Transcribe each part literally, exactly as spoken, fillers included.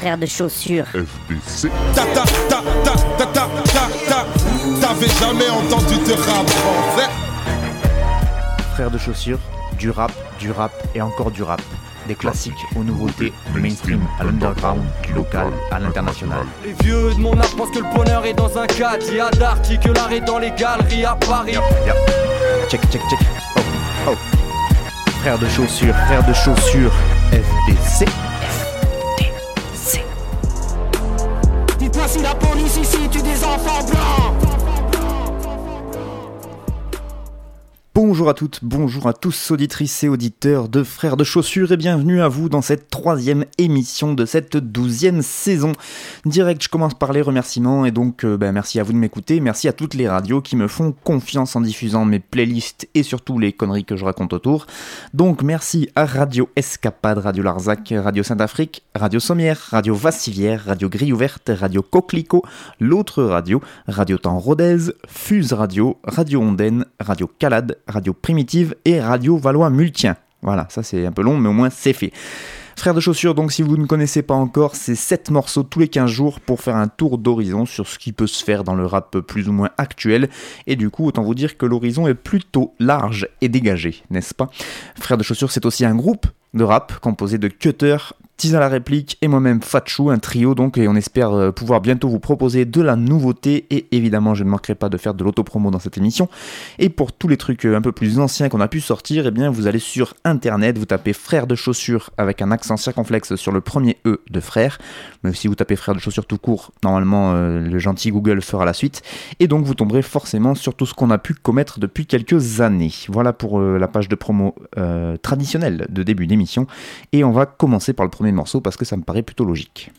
frères de chaussures. F D C. Ta ta ta ta ta ta ta ta. T'avais jamais entendu de rap français? Frères de chaussures, du rap, du rap et encore du rap. Des classiques aux nouveautés, du mainstream à l'underground, du local à l'international. Les vieux de mon âge pensent que le bonheur est dans un caddie à Darty, que l'art est dans les galeries à Paris. Yep, yep. Check, check, check. Oh, oh. Frères de chaussures, frères de chaussures, F D C. F D C. Dites-moi si la police ici tue des enfants blancs. Bonjour à toutes, bonjour à tous, auditrices et auditeurs de Frères de Chaussures et bienvenue à vous dans cette troisième émission de cette douzième saison. Direct, je commence par les remerciements et donc euh, ben, merci à vous de m'écouter, merci à toutes les radios qui me font confiance en diffusant mes playlists et surtout les conneries que je raconte autour. Donc merci à Radio Escapade, Radio Larzac, Radio Saint-Afrique, Radio Sommière, Radio Vassivière, Radio Grille Ouverte, Radio Coquelicot, l'autre radio, Radio Temps Rodez, Fuse Radio, Radio Ondaine, Radio Calade, Radio Primitive et Radio Valois-Multien. Voilà, ça c'est un peu long, mais au moins c'est fait. Frères de chaussures, donc si vous ne connaissez pas encore, c'est sept morceaux tous les quinze jours pour faire un tour d'horizon sur ce qui peut se faire dans le rap plus ou moins actuel. Et du coup, autant vous dire que l'horizon est plutôt large et dégagé, n'est-ce pas? Frères de chaussures, c'est aussi un groupe de rap composé de Cutter, Tease à la réplique et moi-même Fatchou, un trio donc, et on espère euh, pouvoir bientôt vous proposer de la nouveauté et évidemment je ne manquerai pas de faire de l'autopromo dans cette émission. Et pour tous les trucs euh, un peu plus anciens qu'on a pu sortir, eh bien vous allez sur internet, vous tapez Frères de chaussures avec un accent circonflexe sur le premier E de frère, mais si vous tapez Frères de chaussures tout court, normalement euh, le gentil Google fera la suite, et donc vous tomberez forcément sur tout ce qu'on a pu commettre depuis quelques années. Voilà pour euh, la page de promo euh, traditionnelle de début d'émission, et on va commencer par le premier morceau parce que ça me paraît plutôt logique.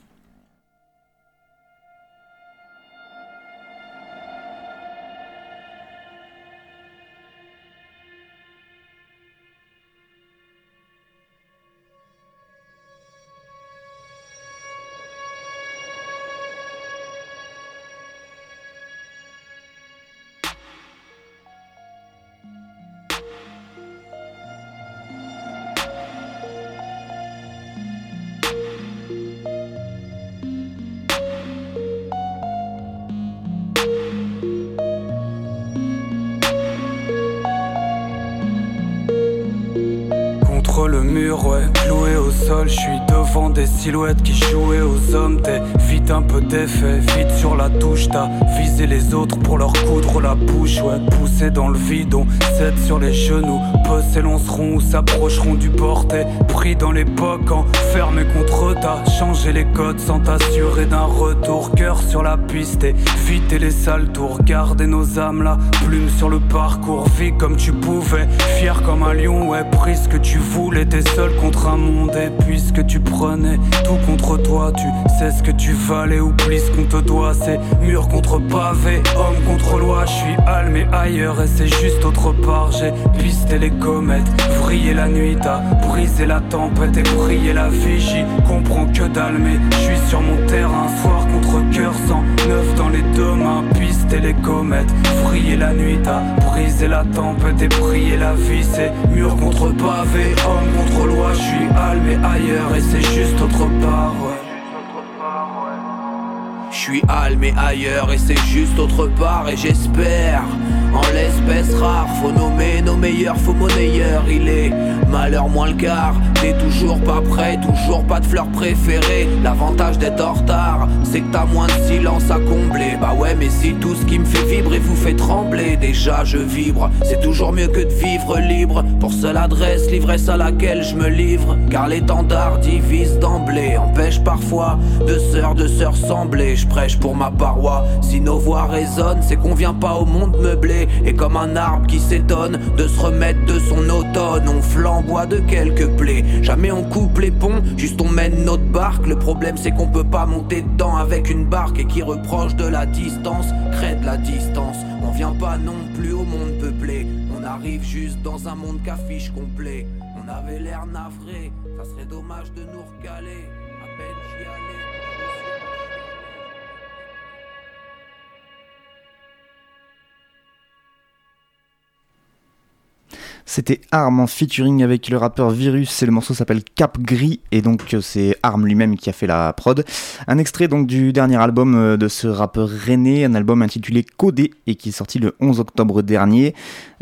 Le mur, ouais, cloué au sol, je suis devant des silhouettes qui jouaient aux hommes. T'es vite un peu d'effet, vite sur la touche. T'as visé les autres pour leur coudre la bouche, ouais, poussé dans le vide, on cède sur les genoux. Peu s'élanceront ou s'approcheront du bord. T'es pris dans l'époque, enfermé contre eux. T'as changé les codes sans t'assurer d'un retour. Cœur sur la piste, éviter les sales tours. Garder nos âmes là, plume sur le parcours. Vis comme tu pouvais, fier comme un lion, ouais, prise que tu voulais. T'es seul contre un monde et puisque tu prenais tout contre toi, tu sais ce que tu valais, oublie ce qu'on te doit. C'est mur contre pavé, homme contre loi. Je suis Almé ailleurs et c'est juste autre part. J'ai pisté les comètes, vrillé la nuit. T'as brisé la tempête et brillé la vigie. Comprends que dalle mais je suis sur mon terrain. Soir contre cœur, cent neuf dans les deux mains. Pisté les comètes, vrillé la nuit. T'as brisé la tempête et brillé la vie. C'est mur contre pavé, homme contre loi, je suis Almé ailleurs et c'est juste autre part, ouais. Je suis Almé ailleurs et c'est juste autre part et j'espère en l'espèce rare, faut nommer nos meilleurs, faut monnayeurs. Il est malheur moins le quart, t'es toujours pas prêt, toujours pas de fleurs préférées. L'avantage d'être en retard, c'est que t'as moins de silence à combler. Bah ouais mais si tout ce qui me fait vibrer vous fait trembler, déjà je vibre, c'est toujours mieux que de vivre libre. Pour seule adresse, l'ivresse à laquelle je me livre, car l'étendard divise d'emblée, empêche parfois de sœurs de sœurs sembler. Je prêche pour ma paroi, si nos voix résonnent, c'est qu'on vient pas au monde meublé. Et comme un arbre qui s'étonne de se remettre de son automne, on flamboie de quelques plaies. Jamais on coupe les ponts, juste on mène notre barque. Le problème c'est qu'on peut pas monter dedans avec une barque. Et qui reproche de la distance, crée de la distance. On vient pas non plus au monde peuplé, on arrive juste dans un monde qu'affiche complet. On avait l'air navré, ça serait dommage de nous recaler. À peine j'y allais. C'était Arm en featuring avec le rappeur Virus et le morceau s'appelle Cap Gris et donc c'est Arm lui-même qui a fait la prod. Un extrait donc du dernier album de ce rappeur rennais, un album intitulé Codé et qui est sorti le onze octobre dernier.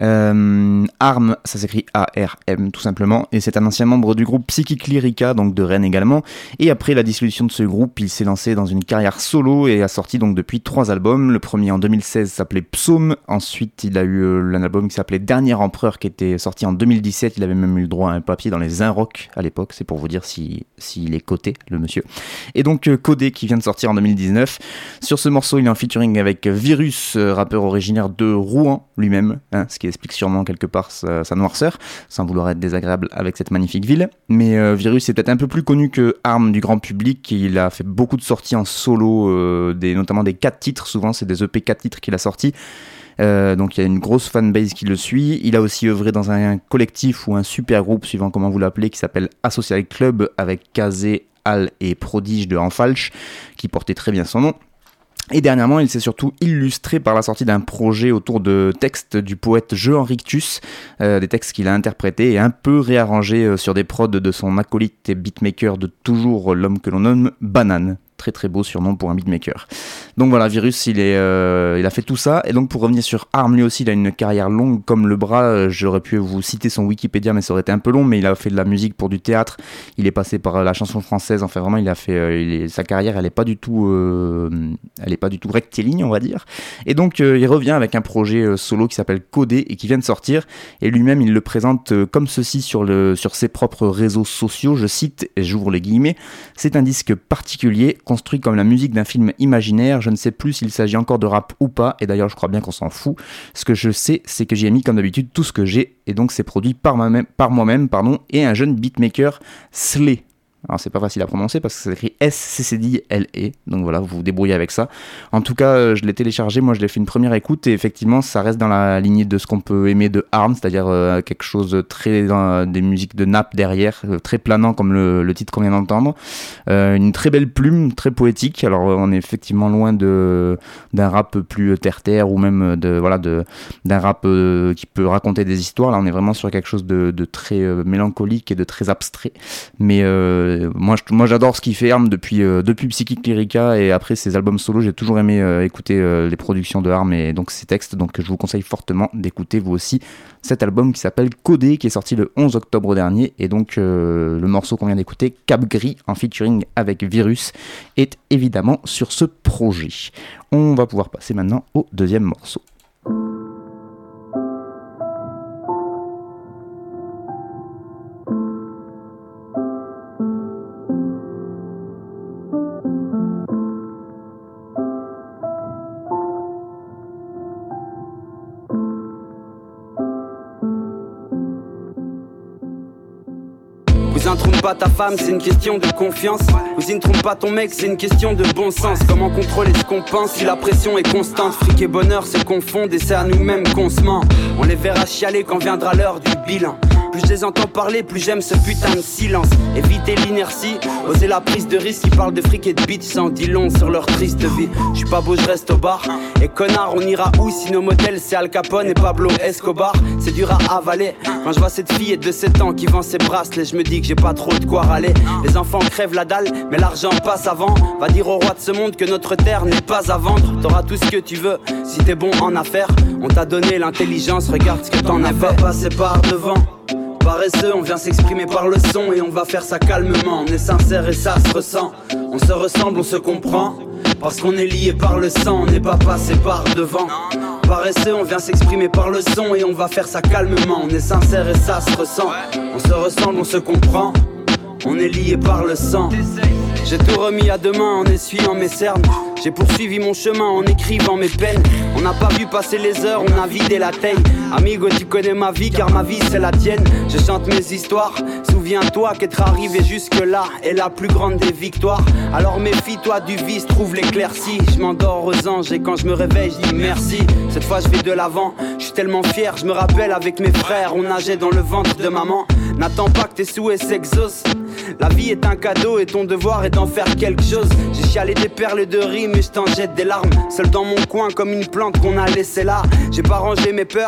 Euh, Arm, ça s'écrit A R M tout simplement et c'est un ancien membre du groupe Psychic Lyrica, donc de Rennes également. Et après la dissolution de ce groupe, il s'est lancé dans une carrière solo et a sorti donc depuis trois albums. Le premier en deux mille seize s'appelait Psaume, ensuite il a eu euh, un album qui s'appelait Dernier Empereur qui était sorti en deux mille dix-sept, il avait même eu le droit à un papier dans les Inrock à l'époque, c'est pour vous dire s'il si, si est coté, le monsieur. Et donc euh, Codé qui vient de sortir en deux mille dix-neuf. Sur ce morceau, il est en featuring avec Virus, euh, rappeur originaire de Rouen lui-même, hein, ce qui explique sûrement quelque part sa, sa noirceur, sans vouloir être désagréable avec cette magnifique ville. Mais euh, Virus est peut-être un peu plus connu que Arm du grand public, il a fait beaucoup de sorties en solo, euh, des, notamment des quatre titres, souvent c'est des E P quatre titres qu'il a sortis. Euh, donc il y a une grosse fanbase qui le suit. Il a aussi œuvré dans un collectif ou un super groupe, suivant comment vous l'appelez, qui s'appelle Asocial Club, avec Kazé, Al et Prodige de Enfalch, qui portait très bien son nom. Et dernièrement, il s'est surtout illustré par la sortie d'un projet autour de textes du poète Jehan Rictus, euh, des textes qu'il a interprétés et un peu réarrangés euh, sur des prods de son acolyte et beatmaker de toujours, l'homme que l'on nomme Banane. Très très beau surnom pour un beatmaker. Donc voilà, Virus, il, est, euh, il a fait tout ça. Et donc pour revenir sur Arm, lui aussi, il a une carrière longue comme le bras. J'aurais pu vous citer son Wikipédia, mais ça aurait été un peu long. Mais il a fait de la musique pour du théâtre. Il est passé par la chanson française. Enfin vraiment, il a fait euh, il est, sa carrière, elle est pas du tout, euh, elle est pas du tout rectiligne, on va dire. Et donc euh, il revient avec un projet euh, solo qui s'appelle Codé et qui vient de sortir. Et lui-même, il le présente euh, comme ceci sur le sur ses propres réseaux sociaux. Je cite et j'ouvre les guillemets. C'est un disque particulier, construit comme la musique d'un film imaginaire. Je ne sais plus s'il s'agit encore de rap ou pas, et d'ailleurs je crois bien qu'on s'en fout. Ce que je sais, c'est que j'y ai mis comme d'habitude tout ce que j'ai, et donc c'est produit par, ma-même, par moi-même pardon, et un jeune beatmaker, Slay. Alors c'est pas facile à prononcer parce que c'est écrit S C C D L E, donc voilà, vous vous débrouillez avec ça. En tout cas, euh, je l'ai téléchargé, moi je l'ai fait une première écoute et effectivement ça reste dans la lignée de ce qu'on peut aimer de Arm, c'est-à-dire euh, quelque chose de très, dans, des musiques de nappe derrière, euh, très planant comme le, le titre qu'on vient d'entendre. Euh, une très belle plume, très poétique, alors on est effectivement loin de, d'un rap plus terre-terre ou même de, voilà, de, d'un rap euh, qui peut raconter des histoires. Là on est vraiment sur quelque chose de, de très euh, mélancolique et de très abstrait, mais euh, Moi, je, moi j'adore ce qu'il fait Arm depuis, euh, depuis Psychic Lyrica et après ses albums solo, j'ai toujours aimé euh, écouter euh, les productions de Arm et donc ses textes, donc je vous conseille fortement d'écouter vous aussi cet album qui s'appelle Codé, qui est sorti le onze octobre dernier, et donc euh, le morceau qu'on vient d'écouter, Cap Gris en featuring avec Virus, est évidemment sur ce projet. On va pouvoir passer maintenant au deuxième morceau. Cousin, trompe pas ta femme, c'est une question de confiance. Cousine, trompe pas ton mec, c'est une question de bon sens. Comment contrôler ce qu'on pense si la pression est constante? Fric et bonheur se confondent et c'est à nous-mêmes qu'on se ment. On les verra chialer quand viendra l'heure du bilan. Plus je les entends parler, plus j'aime ce putain de silence. Éviter l'inertie, oser la prise de risque. Ils parlent de fric et de bitch sans dit long sur leur triste vie. J'suis pas beau, je reste au bar. Et connard, on ira où si nos modèles c'est Al Capone et Pablo Escobar? C'est dur à avaler. Quand je vois cette fille de sept ans qui vend ses bracelets, je me dis que j'ai pas trop de quoi râler. Les enfants crèvent la dalle, mais l'argent passe avant. Va dire au roi de ce monde que notre terre n'est pas à vendre. T'auras tout ce que tu veux si t'es bon en affaires. On t'a donné l'intelligence, regarde ce que t'en as fait. Passer par devant. Paresseux, on vient s'exprimer par le son et on va faire ça calmement. On est sincère et ça se ressent. On se ressemble, on se comprend. Parce qu'on est lié par le sang, on n'est pas passé par devant. Paresseux, on vient s'exprimer par le son et on va faire ça calmement. On est sincère et ça se ressent. On se ressemble, on se comprend. On est lié par le sang. J'ai tout remis à demain en essuyant mes cernes. J'ai poursuivi mon chemin en écrivant mes peines. On n'a pas vu passer les heures, on a vidé la taille. Amigo, tu connais ma vie car ma vie c'est la tienne. Je chante mes histoires, souviens-toi qu'être arrivé jusque là est la plus grande des victoires. Alors méfie-toi du vice, trouve l'éclaircie. Je m'endors aux anges et quand je me réveille je dis merci. Cette fois je vais de l'avant, je suis tellement fier. Je me rappelle avec mes frères, on nageait dans le ventre de maman. N'attends pas que tes souhaits s'exaucent. La vie est un cadeau et ton devoir est d'en faire quelque chose. J'ai chialé des perles de rimes et je t'en jette des larmes. Seul dans mon coin comme une plante qu'on a laissée là. J'ai pas rangé mes peurs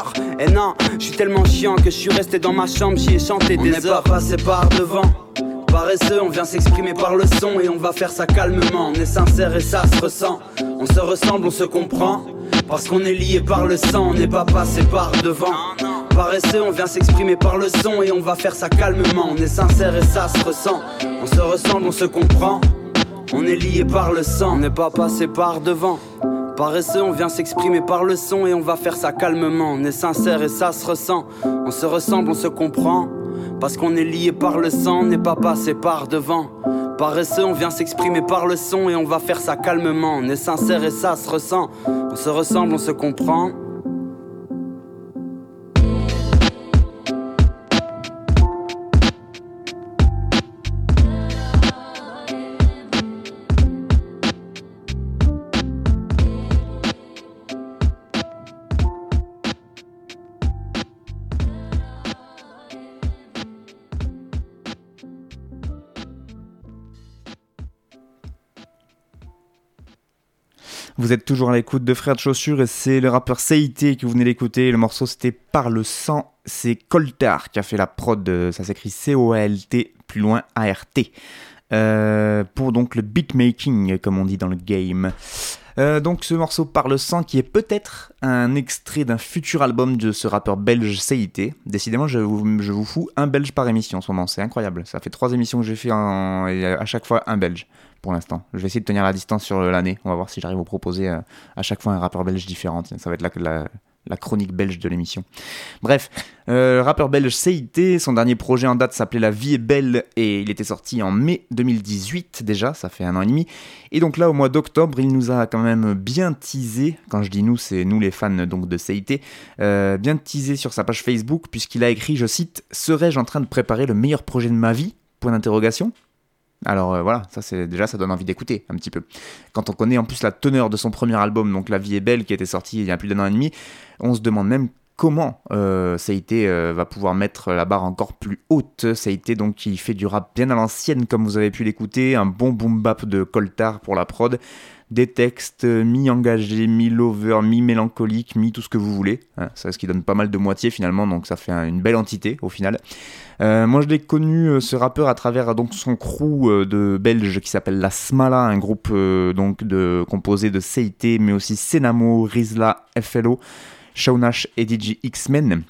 Et non, je suis tellement chiant que je suis resté dans ma chambre, j'y ai chanté des heures. On n'est pas passé par devant. Paresseux, on vient s'exprimer par le son et on va faire ça calmement. On est sincère et ça se ressent. On se ressemble, on se comprend. Parce qu'on est lié par le sang, on n'est pas passé par devant. Paresseux, on vient s'exprimer par le son et on va faire ça calmement. On est sincère et ça se ressent. On se ressemble, on se comprend. On est lié par le sang, on n'est pas passé par devant. Paresseux, on vient s'exprimer par le son et on va faire ça calmement. On est sincère et ça se ressent. On se ressemble, on se comprend. Parce qu'on est lié par le sang, on n'est pas passé par devant. Paresseux, on vient s'exprimer par le son et on va faire ça calmement. On est sincère et ça se ressent. On se ressemble, on se comprend. Vous êtes toujours à l'écoute de Frères de Chaussures et c'est le rappeur C I T que vous venez d'écouter. Le morceau c'était Par le sang, c'est Coltar qui a fait la prod, de, ça s'écrit C O A L T, plus loin A R T. Euh, pour donc le beatmaking comme on dit dans le game. Euh, donc ce morceau Par le sang qui est peut-être un extrait d'un futur album de ce rappeur belge C I T. Décidément je vous, je vous fous un belge par émission en ce moment, c'est incroyable. Ça fait trois émissions que j'ai fait en, et à chaque fois un belge. Pour l'instant, je vais essayer de tenir la distance sur l'année. On va voir si j'arrive à vous proposer euh, à chaque fois un rappeur belge différent. Ça va être la, la, la chronique belge de l'émission. Bref, euh, rappeur belge C I T, son dernier projet en date s'appelait La vie est belle et il était sorti en mai deux mille dix-huit déjà, ça fait un an et demi. Et donc là, au mois d'octobre, il nous a quand même bien teasé, quand je dis nous, c'est nous les fans donc de C I T, euh, bien teasé sur sa page Facebook puisqu'il a écrit, je cite, « Serais-je en train de préparer le meilleur projet de ma vie ?» Point d'interrogation. Alors euh, voilà, ça c'est déjà ça donne envie d'écouter un petit peu. Quand on connaît en plus la teneur de son premier album, donc La vie est belle, qui a été sorti il y a plus d'un an et demi, on se demande même comment euh, C I T euh, va pouvoir mettre la barre encore plus haute. C I T donc qui fait du rap bien à l'ancienne comme vous avez pu l'écouter, un bon boom bap de Coltar pour la prod. Des textes mi-engagés, mi-lover, mi-mélancoliques, mi-tout ce que vous voulez. Hein, c'est ce qui donne pas mal de moitié finalement, donc ça fait un, une belle entité au final. Euh, moi je l'ai connu, euh, ce rappeur, à travers donc, son crew euh, de belge qui s'appelle La Smala, un groupe euh, donc, de, composé de C I T, mais aussi Senamo, Rizla, F L O, Shaunash et D J X-Men.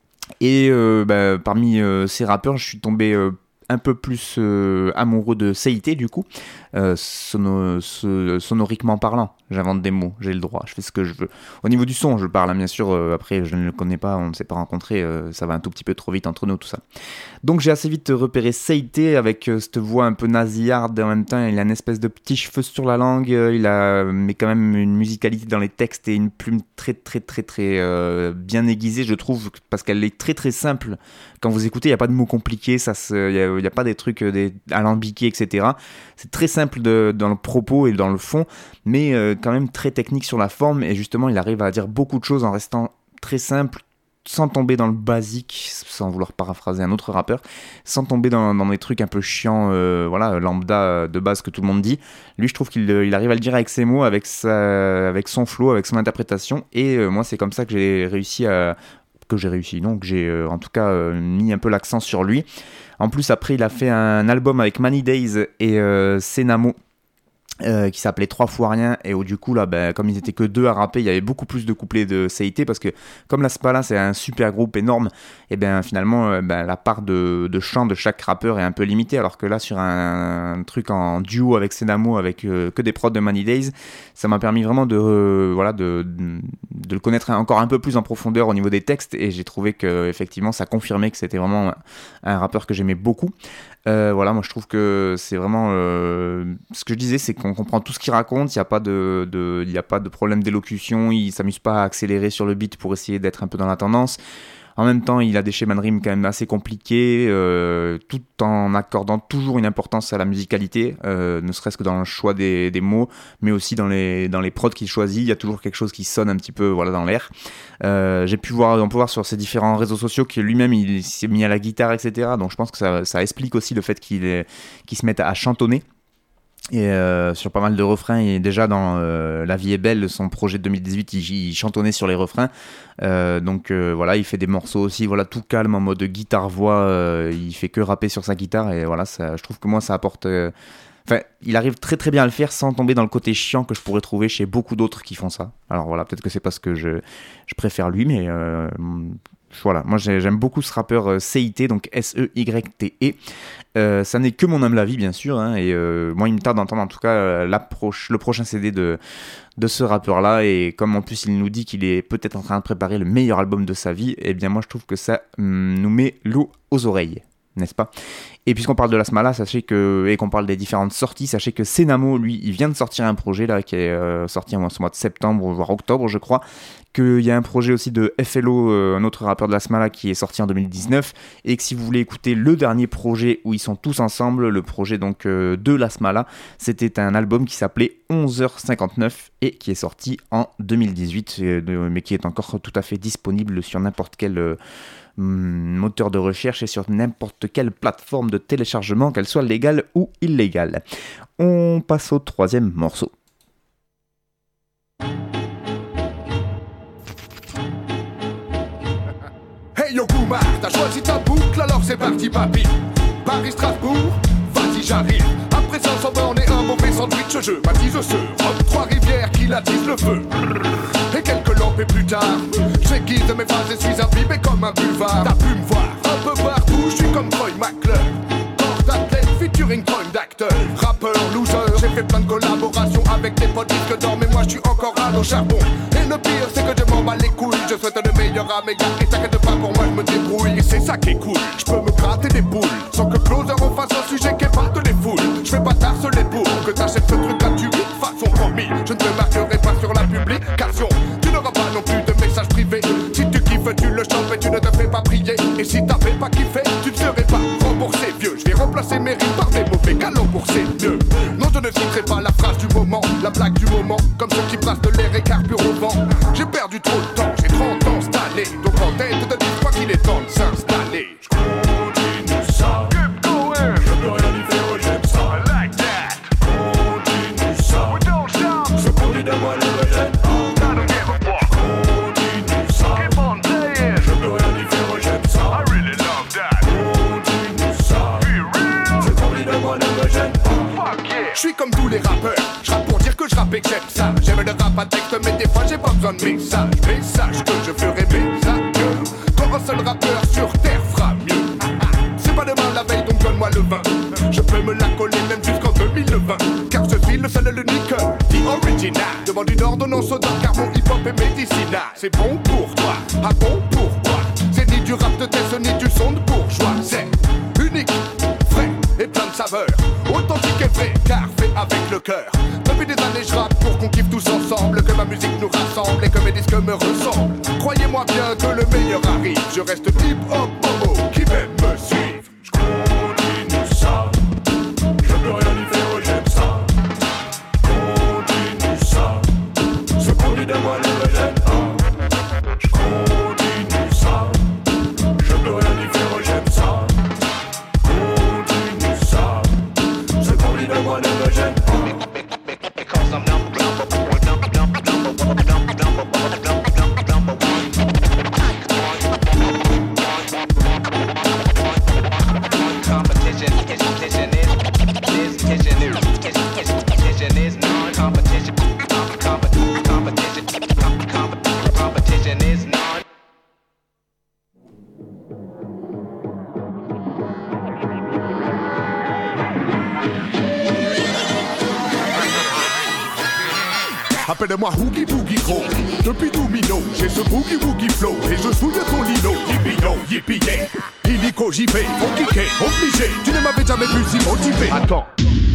Et euh, bah, parmi euh, ces rappeurs, je suis tombé... Euh, un peu plus euh, amoureux de C I T du coup, euh, sono, so, sonoriquement parlant, j'invente des mots, j'ai le droit, je fais ce que je veux. Au niveau du son, je parle, hein, bien sûr, euh, après je ne le connais pas, on ne s'est pas rencontrés, euh, ça va un tout petit peu trop vite entre nous, tout ça. Donc j'ai assez vite repéré C I T avec euh, cette voix un peu nasillarde, en même temps il a une espèce de petit cheveu sur la langue, euh, il a mais quand même une musicalité dans les textes et une plume très très très très euh, bien aiguisée, je trouve, parce qu'elle est très très simple. Quand vous écoutez, il n'y a pas de mots compliqués, il n'y a, a pas des trucs des alambiqués, et cetera. C'est très simple de, dans le propos et dans le fond, mais euh, quand même très technique sur la forme. Et justement, il arrive à dire beaucoup de choses en restant très simple, sans tomber dans le basique, sans vouloir paraphraser un autre rappeur, sans tomber dans, dans des trucs un peu chiants, euh, voilà, lambda de base que tout le monde dit. Lui, je trouve qu'il il arrive à le dire avec ses mots, avec, sa, avec son flow, avec son interprétation. Et euh, moi, c'est comme ça que j'ai réussi à... que j'ai réussi, donc j'ai euh, en tout cas euh, mis un peu l'accent sur lui. En plus après il a fait un album avec Many Days et euh, Senamo euh, qui s'appelait Trois fois rien, et où du coup là ben, comme ils étaient que deux à rapper, il y avait beaucoup plus de couplets de C I T, parce que comme La Spala c'est un super groupe énorme, et ben finalement euh, ben, la part de, de chant de chaque rappeur est un peu limitée, alors que là sur un, un truc en duo avec Senamo, avec euh, que des prods de Many Days, ça m'a permis vraiment de, euh, voilà, de, de, de le connaître encore un peu plus en profondeur au niveau des textes, et j'ai trouvé que effectivement ça confirmait que c'était vraiment un, un rappeur que j'aimais beaucoup. Euh, voilà, moi je trouve que c'est vraiment euh, ce que je disais, c'est qu'on comprend tout ce qu'il raconte, il n'y a pas de, de, il y a pas de problème d'élocution, il s'amuse pas à accélérer sur le beat pour essayer d'être un peu dans la tendance. En même temps, il a des schémas de rime quand même assez compliqués, euh, tout en accordant toujours une importance à la musicalité, euh, ne serait-ce que dans le choix des, des mots, mais aussi dans les, dans les prods qu'il choisit. Il y a toujours quelque chose qui sonne un petit peu voilà, dans l'air. Euh, j'ai pu voir, on peut voir sur ses différents réseaux sociaux que lui-même, il s'est mis à la guitare, et cetera. Donc je pense que ça, ça explique aussi le fait qu'il, est, qu'il se mette à chantonner. Et euh, sur pas mal de refrains, et déjà dans euh, La vie est belle, son projet de deux mille dix-huit, il, il chantonnait sur les refrains. Euh, donc euh, voilà, il fait des morceaux aussi, voilà, tout calme en mode guitare-voix. Euh, il fait que rapper sur sa guitare et voilà, ça, je trouve que moi ça apporte. Euh, Enfin, il arrive très très bien à le faire sans tomber dans le côté chiant que je pourrais trouver chez beaucoup d'autres qui font ça. Alors voilà, peut-être que c'est parce que je, je préfère lui, mais euh, voilà, moi j'aime beaucoup ce rappeur euh, C I T, donc S E Y T E. Euh, ça n'est que mon humble avis, bien sûr, hein, et euh, moi il me tarde d'entendre en tout cas euh, le prochain C D de, de ce rappeur-là, et comme en plus il nous dit qu'il est peut-être en train de préparer le meilleur album de sa vie, eh bien moi je trouve que ça hum, nous met l'eau aux oreilles. N'est-ce pas ? Et puisqu'on parle de la Smala, sachez que, et qu'on parle des différentes sorties, sachez que Senamo, lui, il vient de sortir un projet là, qui est euh, sorti en ce mois de septembre, voire octobre, je crois. Qu'il y a un projet aussi de F L O, euh, un autre rappeur de la Smala, qui est sorti en deux mille dix-neuf. Et que si vous voulez écouter le dernier projet où ils sont tous ensemble, le projet donc euh, de la Smala, c'était un album qui s'appelait onze heures cinquante-neuf et qui est sorti en deux mille dix-huit, euh, mais qui est encore tout à fait disponible sur n'importe quel euh, moteur de recherche et sur n'importe quelle plateforme de téléchargement, qu'elle soit légale ou illégale. On passe au troisième morceau. Hey yo Goumar, t'as choisi ta boucle, alors c'est parti papy. Paris-Strasbourg, vas-y j'arrive. Après cinq cents bornes et un mauvais sandwich, je baptise ce Rome, Trois-Rivières qui attisent le feu. Et quelques lampes plus tard, j'aiguise mes phrases et suis imbibé comme un buvard. T'as pu me voir un peu partout, je suis comme Troy McClure. Corps d'athlète featuring point d'acteur. Rappeur, loser, j'ai fait plein de collaborations avec des potes disques d'or, mais moi je suis encore à l'eau charbon. Et le pire c'est que je m'en bats les couilles, je souhaite le meilleur à mes gars. Et t'inquiète pas, pour moi je me débrouille. Et c'est ça qui est cool, je peux me gratter des boules sans que Closer en fasse un sujet qui parte les foules. Je fais pas t'harceler pour que t'achètes ce truc gratuit. Façon promis, je ne te marquerai pas sur la publication. Tu n'auras pas non plus de messages privés. Si tu kiffes, tu le chantes, mais tu ne te fais pas prier. Et si t'avais pas kiffé, tu ne serais pas remboursé, vieux. Je vais remplacer mes rimes par des mauvais calembours, c'est mieux. Non, je ne citerai pas la phrase du moment, la blague du moment, comme ceux qui brassent de l'air et carburent au vent. J'ai perdu trop de temps, j'ai trente ans installé. Donc en tête, te dis pas qu'il est temps de s'installer. Je continue ça, keep going. Je peux rien y faire, j'aime ça. I like that. Continue ça, we don't stop. Ce qu'on dit de moi ne me gêne pas. I don't give a fuck. Continue ça, keep on playing. Je peux rien y faire, j'aime ça. I really love that. Continue ça, be real. Ce qu'on dit de moi ne me gêne pas. Fuck yeah. Je suis comme tous les rappeurs, je rappe pour dire que je rappe et que j'aime ça. J'aime le rap à texte, mais des fois j'ai pas besoin de message. Message que je ferai mes adieux. Quand un seul rappeur sur terre fera mieux. C'est pas demain la veille, donc donne-moi le vin. Je peux me la coller même jusqu'en deux mille vingt. Car je suis le seul et l'unique, the original. Demande une ordonnance au doc, car mon hip-hop est médicinal. C'est bon pour toi, ah bon pourquoi? C'est ni du rap de test, ni du son de bourgeois. C'est unique, frais et plein de saveurs. Authentique et vrai, car fait avec le cœur. Depuis des années je rappe pour qu'on kiffe tous ensemble. Que ma musique nous rassemble et que mes disques me ressemblent. Croyez-moi bien que le meilleur arrive. Je reste hip-hop homo qui même me suivre. Je continue ça, je peux rien y faire, j'aime ça. Continue ça, ce qu'on dit de moi ne me gêne pas. Je continue ça, je peux rien y faire, j'aime ça. Continue ça, ce qu'on dit de moi ne me gêne pas. Because I'm number, number, number, number, number, number, number, number, number one. Competition, competition is, is, competition is, competition is non-competition. Competition, competition, competition is non. Appelle-moi Hoogie Boogie Gros. Depuis Domino, j'ai ce Boogie Woogie Flow. Et je souille ton lino. Yippee yo, yippee yeah. Illico, j'y vais, on kické, obligé. Tu ne m'avais jamais vu si motivé. Attends.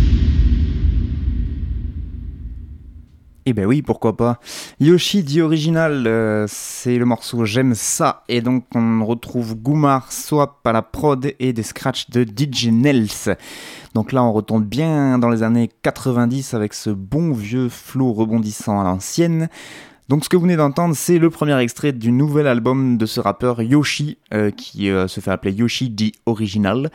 Eh ben oui, pourquoi pas. Yoshi dit original, euh, c'est le morceau J'aime ça. Et donc on retrouve Goumar, Swap à la prod et des scratchs de D J Nels. Donc là on retombe bien dans les années quatre-vingt-dix avec ce bon vieux flow rebondissant à l'ancienne. Donc ce que vous venez d'entendre, c'est le premier extrait du nouvel album de ce rappeur Yoshi, euh, qui euh, se fait appeler Yoshi dit original.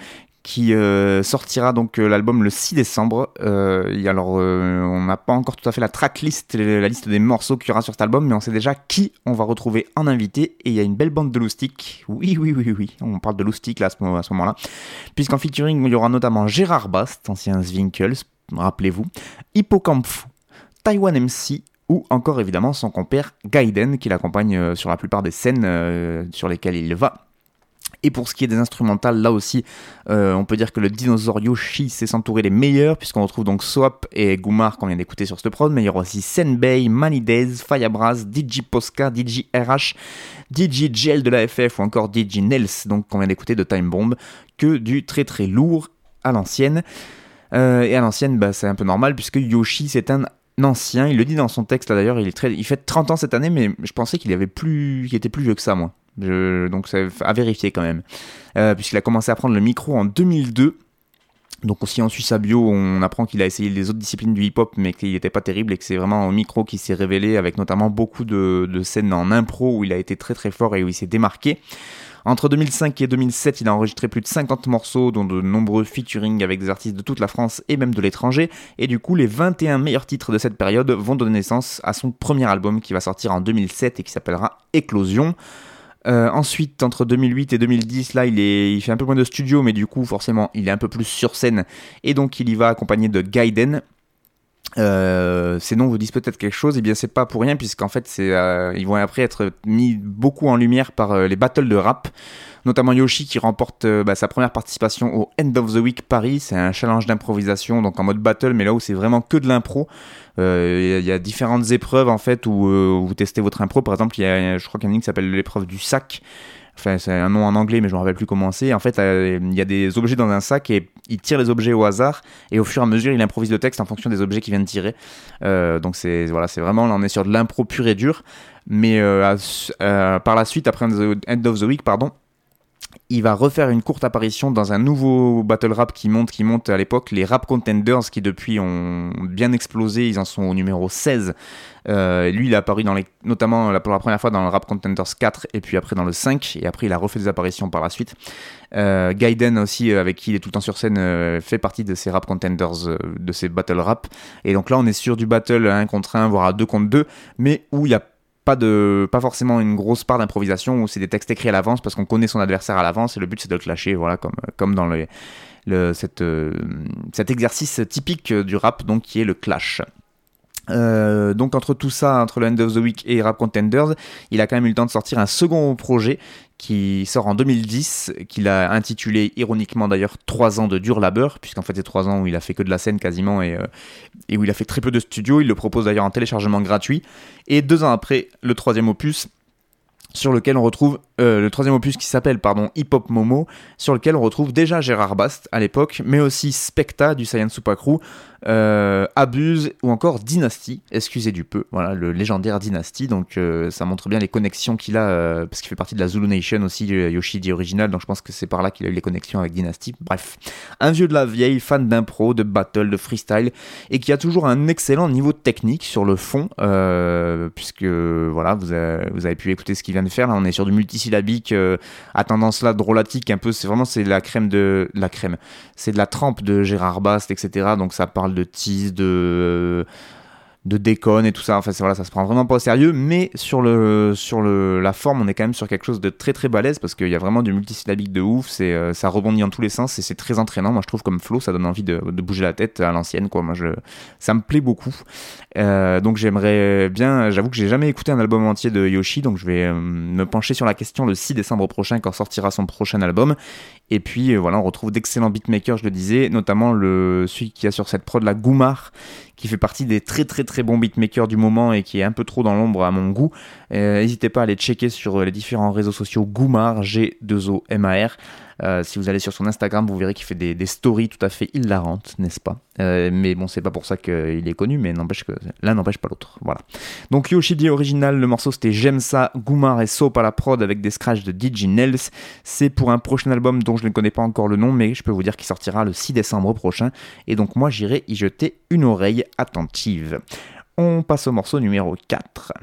qui euh, sortira donc euh, l'album le six décembre. Euh, et alors, euh, on n'a pas encore tout à fait la tracklist, la liste des morceaux qu'il y aura sur cet album, mais on sait déjà qui on va retrouver en invité. Et il y a une belle bande de loustiques. Oui, oui, oui, oui, on parle de loustiques là à ce, à ce moment-là. Puisqu'en featuring, il y aura notamment Gérard Bast, ancien Zwinkels, rappelez-vous, Hippocampe Fou, Taiwan M C, ou encore évidemment son compère Gaiden, qui l'accompagne euh, sur la plupart des scènes euh, sur lesquelles il va. Et pour ce qui est des instrumentales, là aussi, euh, on peut dire que le dinosaure Yoshi sait s'entourer des meilleurs, puisqu'on retrouve donc Soap et Gumar qu'on vient d'écouter sur cette prod, mais il y aura aussi Senbei, Manidays, Firebrass, D J Posca, D J R H, D J G L de la F F ou encore D J Nels, donc qu'on vient d'écouter de Time Bomb, que du très très lourd à l'ancienne. Euh, et à l'ancienne, bah, c'est un peu normal, puisque Yoshi c'est un ancien, il le dit dans son texte là d'ailleurs, il, est très, il fait trente ans cette année, mais je pensais qu'il avait plus, qu'il était plus vieux que ça moi. Je, donc c'est à vérifier quand même, euh, puisqu'il a commencé à prendre le micro en deux mille deux. Donc aussi en suit sa bio, on apprend qu'il a essayé les autres disciplines du hip-hop, mais qu'il n'était pas terrible et que c'est vraiment au micro qu'il s'est révélé, avec notamment beaucoup de, de scènes en impro où il a été très très fort et où il s'est démarqué. Entre deux mille cinq et deux mille sept, il a enregistré plus de cinquante morceaux, dont de nombreux featuring avec des artistes de toute la France et même de l'étranger. Et du coup, les vingt et un meilleurs titres de cette période vont donner naissance à son premier album qui va sortir en deux mille sept et qui s'appellera Éclosion. Euh, ensuite, entre deux mille huit et deux mille dix, là, il, est, il fait un peu moins de studio, mais du coup, forcément, il est un peu plus sur scène. Et donc, il y va accompagné de Gaiden. Euh, ces noms vous disent peut-être quelque chose, et eh bien c'est pas pour rien, puisqu'en fait c'est, euh, ils vont après être mis beaucoup en lumière par euh, les battles de rap, notamment Yoshi qui remporte euh, bah, sa première participation au End of the Week Paris. C'est un challenge d'improvisation, donc en mode battle, mais là où c'est vraiment que de l'impro. Il euh, y, y a différentes épreuves en fait où, euh, où vous testez votre impro. Par exemple, il y a, je crois qu'il y en a une qui s'appelle l'épreuve du sac. Enfin, c'est un nom en anglais, mais je ne me rappelle plus comment c'est. En fait, euh, il y a des objets dans un sac et il tire les objets au hasard. Et au fur et à mesure, il improvise le texte en fonction des objets qu'il vient de tirer. Euh, donc, c'est, voilà, c'est vraiment, là, on est sur de l'impro pur et dur. Mais euh, euh, par la suite, après End of the Week, pardon, il va refaire une courte apparition dans un nouveau battle rap qui monte, qui monte à l'époque, les Rap Contenders, qui depuis ont bien explosé. Ils en sont au numéro seize. Euh, lui, il est apparu dans les, notamment pour la première fois dans le Rap Contenders quatre et puis après dans le cinq, et après il a refait des apparitions par la suite. Euh, Gaiden aussi, avec qui il est tout le temps sur scène, euh, fait partie de ces Rap Contenders, euh, de ces battle rap. Et donc là, on est sur du battle à un contre un, voire à deux contre deux, mais où il y a Pas, de, pas forcément une grosse part d'improvisation, où c'est des textes écrits à l'avance parce qu'on connaît son adversaire à l'avance et le but c'est de le clasher, voilà, comme, comme dans le, le, cette, euh, cet exercice typique du rap, donc qui est le clash. Euh, donc entre tout ça, entre le End of the Week et Rap Contenders, il a quand même eu le temps de sortir un second projet qui sort en deux mille dix, qu'il a intitulé ironiquement d'ailleurs trois ans de dur labeur, puisqu'en fait c'est trois ans où il a fait que de la scène quasiment et, euh, et où il a fait très peu de studio. Il le propose d'ailleurs en téléchargement gratuit. Et deux ans après, le troisième opus, sur lequel on retrouve euh, le troisième opus qui s'appelle pardon Hip Hop Momo, sur lequel on retrouve déjà Gérard Bast à l'époque, mais aussi Specta du Saiyan Super Crew, euh, Abuse ou encore Dynasty, excusez du peu, voilà, le légendaire Dynasty. Donc euh, ça montre bien les connexions qu'il a, euh, parce qu'il fait partie de la Zulu Nation aussi, Yoshi dit original, donc je pense que c'est par là qu'il a eu les connexions avec Dynasty. Bref, un vieux de la vieille, fan d'impro, de battle, de freestyle, et qui a toujours un excellent niveau technique sur le fond, euh, puisque voilà, vous avez, vous avez pu écouter ce qu'il vient de faire. Là on est sur du multisyllabique euh, à tendance là drôlatique un peu, c'est vraiment c'est la crème de la crème c'est de la trempe de Gérard Bast, etc. Donc ça parle de tease, de de déconne et tout ça. Enfin c'est, voilà, ça se prend vraiment pas au sérieux, mais sur le sur le la forme on est quand même sur quelque chose de très très balèze, parce qu'il y a vraiment du multisyllabique de ouf. C'est euh, ça rebondit dans tous les sens et c'est très entraînant. Moi je trouve comme flow, ça donne envie de, de bouger la tête à l'ancienne quoi. Moi je ça me plaît beaucoup. Euh, donc j'aimerais bien, j'avoue que j'ai jamais écouté un album entier de Yoshi, donc je vais euh, me pencher sur la question le six décembre prochain quand sortira son prochain album. Et puis euh, voilà, on retrouve d'excellents beatmakers, je le disais, notamment le celui qui a sur cette prod la Gumar, qui fait partie des très très très bons beatmakers du moment et qui est un peu trop dans l'ombre à mon goût. Euh, n'hésitez pas à aller checker sur les différents réseaux sociaux Gumar, G deux O M A R. Euh, si vous allez sur son Instagram, vous verrez qu'il fait des, des stories tout à fait hilarantes, n'est-ce pas? euh, Mais bon, c'est pas pour ça qu'il est connu, mais n'empêche que l'un n'empêche pas l'autre. Voilà. Donc Yoshi D original, le morceau c'était J'aime ça, Gumar et Soap à la prod avec des scratchs de D J Nels. C'est pour un prochain album dont je ne connais pas encore le nom, mais je peux vous dire qu'il sortira le six décembre prochain. Et donc moi j'irai y jeter une oreille attentive. On passe au morceau numéro quatre.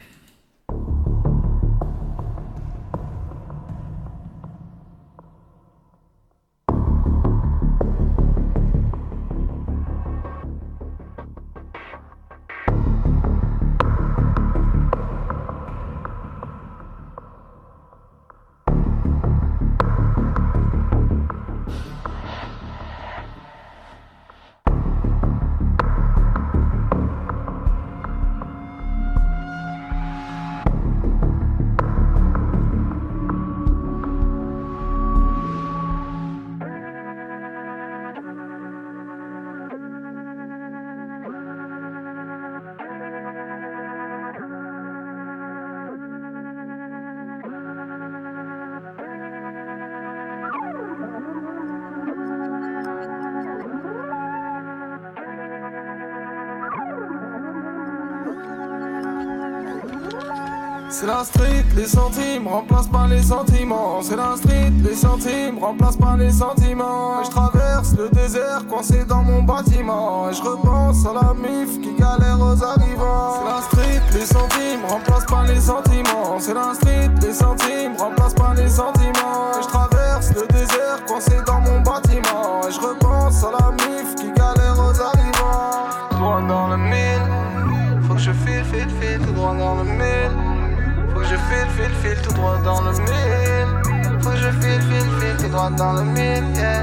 C'est la street, les centimes remplacent par les sentiments. C'est la street, les centimes remplacent par les sentiments. Et je traverse le désert coincé dans mon bâtiment. Et je repense à la mif qui galère aux arrivants. C'est la street, les centimes remplacent par les sentiments. C'est la street, les centimes remplacent par les sentiments. Et je traverse le désert coincé dans mon bâtiment. Et je repense à la mif qui galère aux arrivants. Droit dans le mille, faut que je file, file, file, tout droit dans le mille. Faut que je file, file, file, tout droit dans le mille. Faut que je file, file, file, tout droit dans le mille, yeah.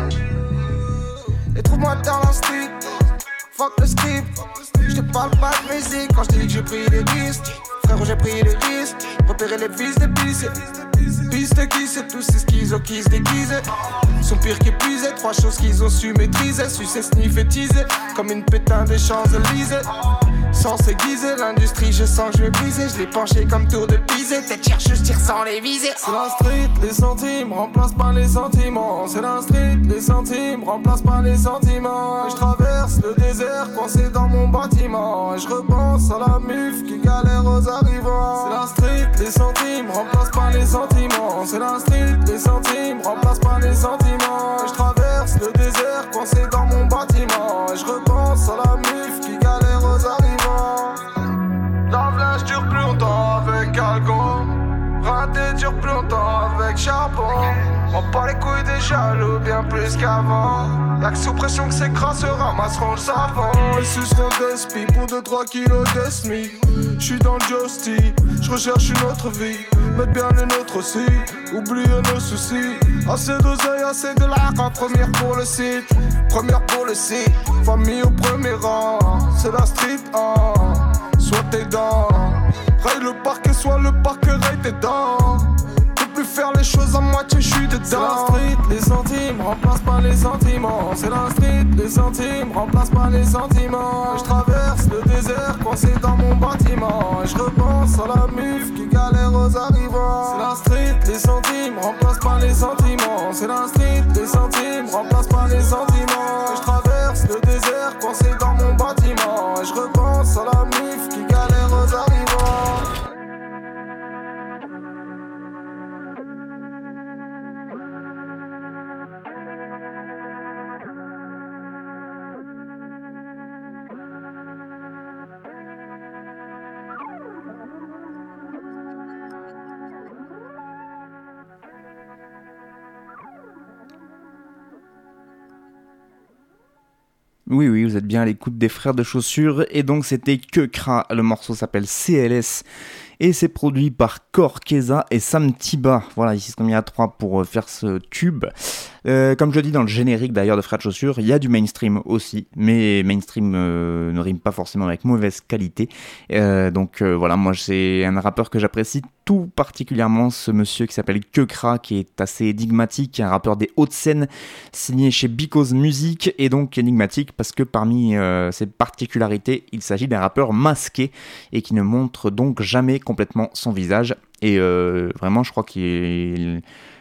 Et trouve-moi dans la street, fuck le script. Je te parle pas de musique quand je te dis que j'ai pris des risques. Frérot, j'ai pris des risques, repérer les vis des pistes. Piste qui c'est tous ces schizos qui se déguisent. Sont pires qu'épuisés, trois choses qu'ils ont su maîtriser. Sucer, sniff et teaser, comme une pétain des Champs-Élysées. Sans s'aiguiser, l'industrie je sens que je vais briser. Je l'ai penché comme tour de Pisé. Tête chercheuse, tire sans les viser. C'est la street, les centimes remplacent par les sentiments. C'est la street, les centimes remplacent par les sentiments. Et je traverse le désert coincé dans mon bâtiment. Et je repense à la muf qui galère aux arrivants. C'est la street, les centimes remplacent par les sentiments. C'est la street, les centimes remplacent par les sentiments. Et je traverse le désert coincé dans mon bâtiment. Et je repense à la muf qui galère aux arrivants. Lave-linge dure plus longtemps avec algon. Raté dure plus longtemps avec charbon. On pas les couilles des jaloux bien plus qu'avant. Y'a que sous pression que ces crasses ramasseront le savon. Ils suceront des spies pour deux trois kilos de smic. J'suis dans le Justy, j'recherche une autre vie. Mettre bien les nôtres aussi, oubliez nos soucis. Assez d'oseille, assez de l'argent. Première pour le site, première pour le site. Famille au premier rang, c'est la street, hein. Soit tes dents, raille le parquet, soit le parquet raille tes dents. Peux plus faire les choses à moitié, j'suis dedans. C'est la street, les centimes remplacent par les sentiments. C'est la street, les centimes remplacent par les sentiments. Et je traverse le désert coincé dans mon bâtiment. Et je repense à la muf qui galère aux arrivants. C'est la street, les centimes remplacent par les sentiments. C'est la street, les centimes remplacent par les sentiments. Et je traverse le désert coincé dans mon bâtiment. Et je repense à la muf qui galère aux arrivants. Oui, oui, vous êtes bien à l'écoute des Frères de Chaussures, et donc c'était Keukra, le morceau s'appelle C L S, et c'est produit par Corkeza et Sam Tiba. Voilà, ils se sont mis à trois pour faire ce tube. Euh, comme je le dis dans le générique d'ailleurs de Frères de Chaussures, il y a du mainstream aussi, mais mainstream euh, ne rime pas forcément avec mauvaise qualité. Euh, donc euh, voilà, moi c'est un rappeur que j'apprécie tout particulièrement, ce monsieur qui s'appelle Keukra, qui est assez énigmatique, un rappeur des Hauts-de-Seine, signé chez Because Music, et donc énigmatique parce que parmi euh, ses particularités, il s'agit d'un rappeur masqué et qui ne montre donc jamais complètement son visage. Et euh, vraiment, je crois qu'il...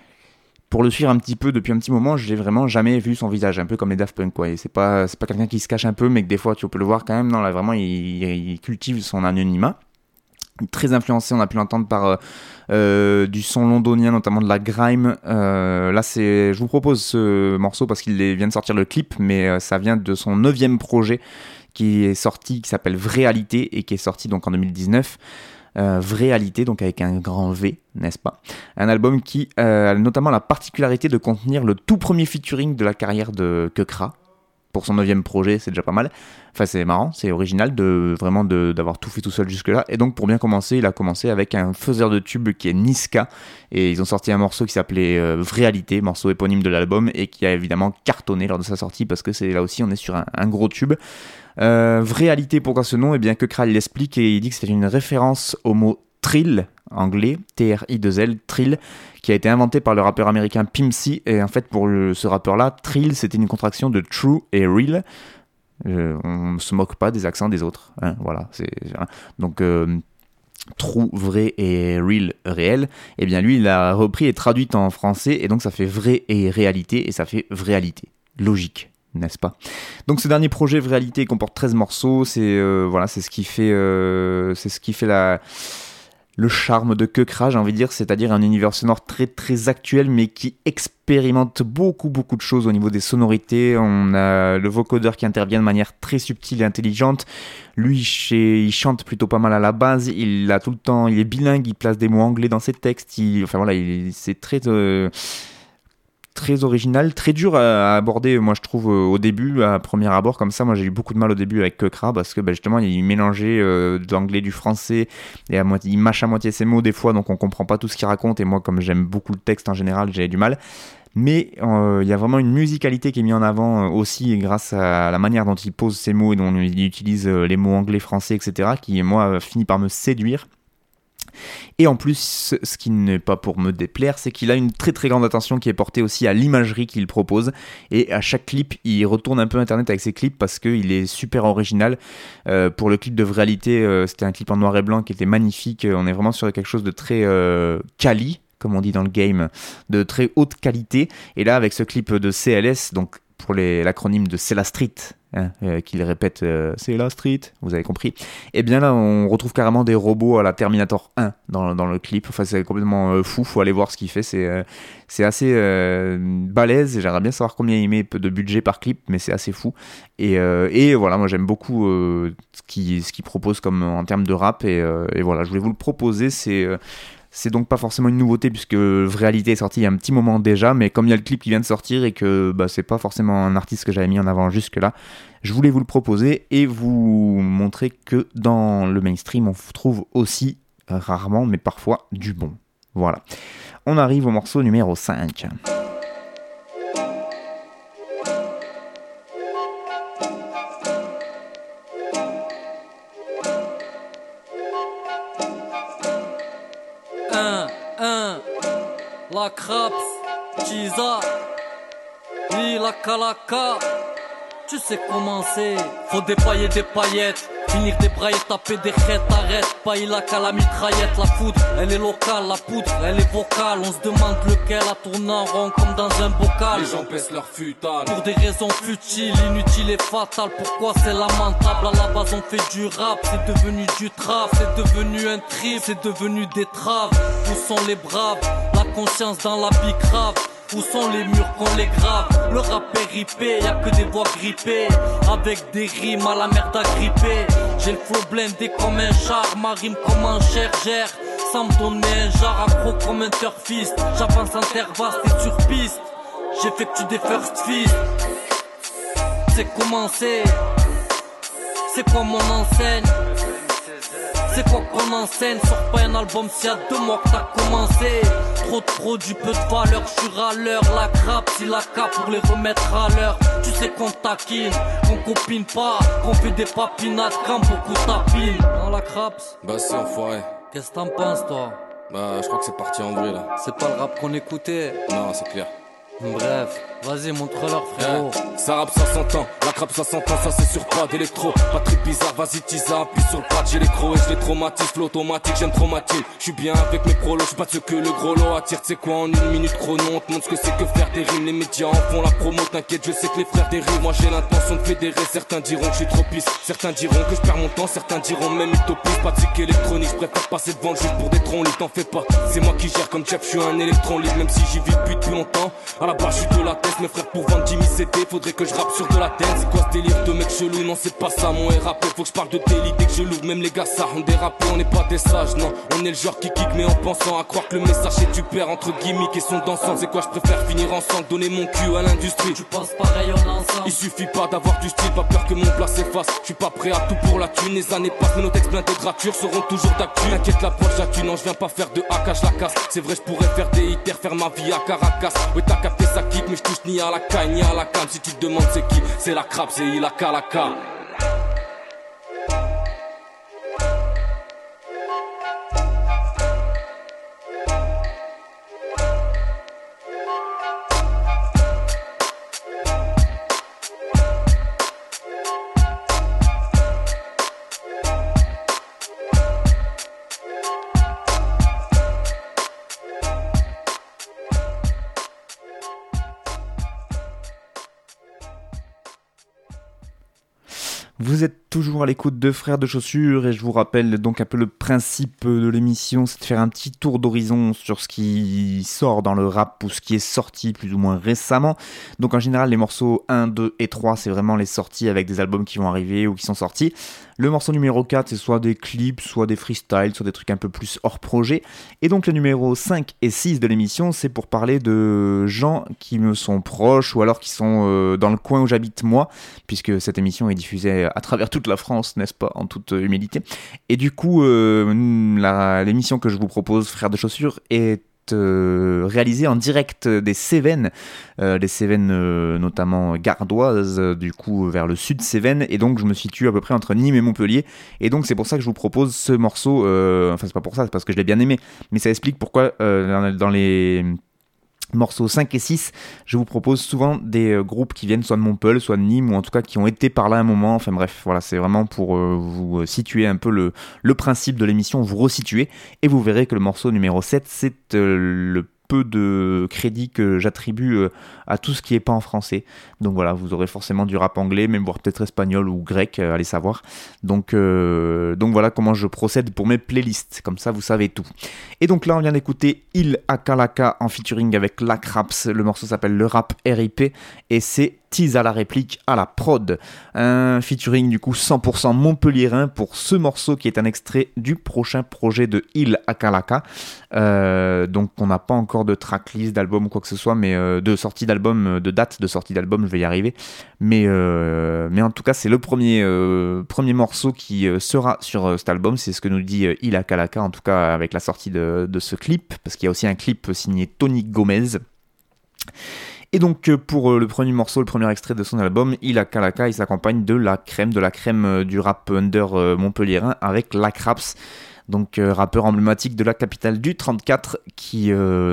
Pour le suivre un petit peu depuis un petit moment, je n'ai vraiment jamais vu son visage, un peu comme les Daft Punk, quoi. Et c'est pas, c'est pas quelqu'un qui se cache un peu, mais que des fois tu peux le voir quand même. Non, là vraiment, il, il cultive son anonymat. Très influencé, on a pu l'entendre par euh, du son londonien, notamment de la grime. Euh, là, c'est, je vous propose ce morceau parce qu'il vient de sortir le clip, mais euh, ça vient de son neuvième projet qui est sorti, qui s'appelle Vréalité et qui est sorti donc en deux mille dix-neuf. Euh, Vréalité, donc avec un grand V, n'est-ce pas ? Un album qui euh, a notamment la particularité de contenir le tout premier featuring de la carrière de Keukra. Pour son neuvième projet, c'est déjà pas mal. Enfin, c'est marrant, c'est original de vraiment de, d'avoir tout fait tout seul jusque-là. Et donc, pour bien commencer, il a commencé avec un faiseur de tubes qui est Niska. Et ils ont sorti un morceau qui s'appelait euh, Vréalité, morceau éponyme de l'album, et qui a évidemment cartonné lors de sa sortie, parce que c'est là aussi, on est sur un, un gros tube. Euh, Vréalité, pourquoi ce nom ? Eh bien, Keukra l'explique et il dit que c'est une référence au mot trill, anglais, T R I deux L, trill, qui a été inventé par le rappeur américain Pimp C. Et en fait, pour le, ce rappeur-là, trill, c'était une contraction de true et real. Euh, on ne se moque pas des accents des autres. Hein, voilà, c'est, hein. Donc, euh, true, vrai et real, réel. Eh bien, lui, il a repris et traduit en français. Et donc, ça fait vrai et réalité. Et ça fait vréalité. Logique. N'est-ce pas ? Donc ce dernier projet Vréalité comporte treize morceaux, c'est euh, voilà, c'est ce qui fait euh, c'est ce qui fait la le charme de Keukra, j'ai envie de dire, c'est-à-dire un univers sonore très très actuel, mais qui expérimente beaucoup beaucoup de choses au niveau des sonorités. On a le vocodeur qui intervient de manière très subtile et intelligente. Lui, chez, il chante plutôt pas mal à la base. Il a tout le temps, il est bilingue, il place des mots anglais dans ses textes. Il, enfin voilà, il, c'est très euh, très original, très dur à aborder, moi je trouve, au début, à premier abord, comme ça. Moi j'ai eu beaucoup de mal au début avec Keukra parce que bah, justement il mélangeait euh, de l'anglais, du français, et à moitié, il mâche à moitié ses mots des fois, donc on comprend pas tout ce qu'il raconte, et moi comme j'aime beaucoup le texte en général, j'ai du mal. Mais il euh, y a vraiment une musicalité qui est mise en avant euh, aussi grâce à la manière dont il pose ses mots et dont il utilise euh, les mots anglais, français, et cetera, qui moi finit par me séduire. Et en plus, ce qui n'est pas pour me déplaire, c'est qu'il a une très très grande attention qui est portée aussi à l'imagerie qu'il propose. Et à chaque clip, il retourne un peu internet avec ses clips parce qu'il est super original. Euh, pour le clip de Réalité, euh, c'était un clip en noir et blanc qui était magnifique. On est vraiment sur quelque chose de très euh, quali, comme on dit dans le game, de très haute qualité. Et là, avec ce clip de C L S, donc pour les, l'acronyme de C'est la Street, hein, euh, qu'il répète euh, C'est la Street, vous avez compris. Et bien là, on retrouve carrément des robots à la Terminator un dans, dans le clip. Enfin, c'est complètement euh, fou, faut aller voir ce qu'il fait. C'est, euh, c'est assez euh, balèze, et j'aimerais bien savoir combien il met de budget par clip, mais c'est assez fou. Et, euh, et voilà, moi j'aime beaucoup euh, ce, qu'il, ce qu'il propose comme, en termes de rap, et, euh, et voilà, je voulais vous le proposer. C'est. Euh, C'est donc pas forcément une nouveauté puisque Réalité est sorti il y a un petit moment déjà, mais comme il y a le clip qui vient de sortir et que bah, c'est pas forcément un artiste que j'avais mis en avant jusque là, je voulais vous le proposer et vous montrer que dans le mainstream on trouve aussi rarement mais parfois du bon. Voilà. On arrive au morceau numéro cinq. La Craps, Chiza, oui, la Kalaka, tu sais comment c'est. Faut dépailler des paillettes, finir des braillettes, taper des rêtes, arrête. Pas il a qu'à la mitraillette, la foudre, elle est locale, la poudre, elle est vocale. On se demande lequel a tourné en rond comme dans un bocal. Les gens baissent leur futale pour des raisons futiles, inutiles et fatales. Pourquoi c'est lamentable? À la base on fait du rap, c'est devenu du trap, c'est devenu un trip, c'est devenu des traves. Où sont les braves? La conscience dans la bicrave. Où sont les murs qu'on les grave? Le rap est ripé, y'a que des voix grippées avec des rimes à la merde agrippée. J'ai le flow blindé comme un char, ma rime comme un chergère. Sans me donner un jar accro comme un turfiste. J'avance intervalle, t'es sur piste. J'effectue des first fist. C'est commencé. C'est quoi mon enseigne? C'est quoi qu'on enseigne? Sors pas un album s'il y a deux mois que t'as commencé. Trop de produits, peu de valeur, j'suis râleur. La crape, si la cape pour les remettre à l'heure. Tu sais qu'on taquine, qu'on copine pas, qu'on fait des papinades quand beaucoup tapinent. Dans la crape. Bah c'est enfoiré. Qu'est-ce que t'en penses toi? Bah je crois que c'est parti en vrille là. C'est pas le rap qu'on écoutait. Non c'est clair. Bref, vas-y montre-leur frérot. Yeah. Ça rappe ça s'entend, la crape ça s'entend, ça c'est sur pas d'électro. Pas très bizarre, vas-y tisa, appuie sur le pad, j'ai les crocs et je les traumatise, flow automatique, j'aime traumatine. J'suis bien avec mes prolos, j'suis pas de ce que le gros lot attire. T'sais quoi en une minute chrono, on te montre ce que c'est que faire des rimes. Les médias en font la promo, t'inquiète, je sais que les frères dérivent. Moi j'ai l'intention de fédérer, certains diront que j'suis trop pisse. Certains diront que je perds mon temps, certains diront même utopiste. Pas de cycle électronique, j'préfère passer devant le juste pour des troncs, t'en fais pas. C'est moi qui gère comme Jeff, j'suis un électron libre, même si j'y vis depuis depuis longtemps. À la base j'suis de la tête, mes frères pour vendre Jimmy C D, faudrait que je rappe sur de la dance. C'est quoi ce délire de mec chelou? Non c'est pas ça mon rap, faut que je parle de délit dès que je l'ouvre. Même les gars ça on dérape, on n'est pas des sages, non. On est le genre qui kick mais en pensant à croire que le message est du père entre gimmicks et son dansant. C'est quoi je préfère finir ensemble, donner mon cul à l'industrie. Tu penses pareil en ensemble. Il suffit pas d'avoir du style, pas peur que mon plat s'efface. Je suis pas prêt à tout pour la thune, les années passent mais nos textes pleins de gratures seront toujours d'actu. T'inquiète la poche à thune, non je viens pas faire de hackage la casse. C'est vrai je pourrais faire des hitters, faire ma vie à Caracas. Ouais t'as capté ça kick mais je touche ni à la caille ni à la cam. Si tu te demandes c'est qui, c'est la crabe, c'est il a Kalaka. Vous êtes toujours à l'écoute de Frères de Chaussures et je vous rappelle donc un peu le principe de l'émission, c'est de faire un petit tour d'horizon sur ce qui sort dans le rap ou ce qui est sorti plus ou moins récemment. Donc en général les morceaux un, deux et trois c'est vraiment les sorties avec des albums qui vont arriver ou qui sont sortis. Le morceau numéro quatre c'est soit des clips, soit des freestyles, soit des trucs un peu plus hors projet. Et donc le numéro cinq et six de l'émission c'est pour parler de gens qui me sont proches ou alors qui sont euh, dans le coin où j'habite moi, puisque cette émission est diffusée à travers toute la France, n'est-ce pas, en toute humilité. Et du coup, euh, la, l'émission que je vous propose, Frères de Chaussures, est euh, réalisée en direct des Cévennes, euh, les Cévennes euh, notamment gardoises, euh, du coup vers le sud Cévennes, et donc je me situe à peu près entre Nîmes et Montpellier, et donc c'est pour ça que je vous propose ce morceau, euh, enfin c'est pas pour ça, c'est parce que je l'ai bien aimé, mais ça explique pourquoi euh, dans les morceaux cinq et six, je vous propose souvent des euh, groupes qui viennent soit de Montpellier, soit de Nîmes, ou en tout cas qui ont été par là un moment. Enfin bref, voilà, c'est vraiment pour euh, vous situer un peu le, le principe de l'émission, vous resituer, et vous verrez que le morceau numéro sept, c'est euh, le peu de crédit que j'attribue euh, à tout ce qui est pas en français. Donc voilà, vous aurez forcément du rap anglais, même voire peut-être espagnol ou grec, euh, allez savoir. Donc, euh, donc voilà comment je procède pour mes playlists, comme ça vous savez tout. Et donc là on vient d'écouter Il Akalaka en featuring avec Lac Raps, le morceau s'appelle Le Rap R I P et c'est Tease à la réplique à la prod. Un featuring du coup cent pour cent montpelliérain pour ce morceau qui est un extrait du prochain projet de Il Akalaka. Euh, donc on n'a pas encore de tracklist d'album ou quoi que ce soit, mais euh, de sortie d'album, de date de sortie d'album, je vais y arriver. Mais, euh, mais en tout cas c'est le premier, euh, premier morceau qui euh, sera sur euh, cet album, c'est ce que nous dit euh, Il Akalaka, en tout cas avec la sortie de, de ce clip, parce qu'il y a aussi un clip signé Tony Gomez. Et donc pour le premier morceau, le premier extrait de son album, Il Akalaka, il s'accompagne de la crème, de la crème du rap under montpelliérain avec Lac Raps, donc euh, rappeur emblématique de la capitale du trente-quatre qui,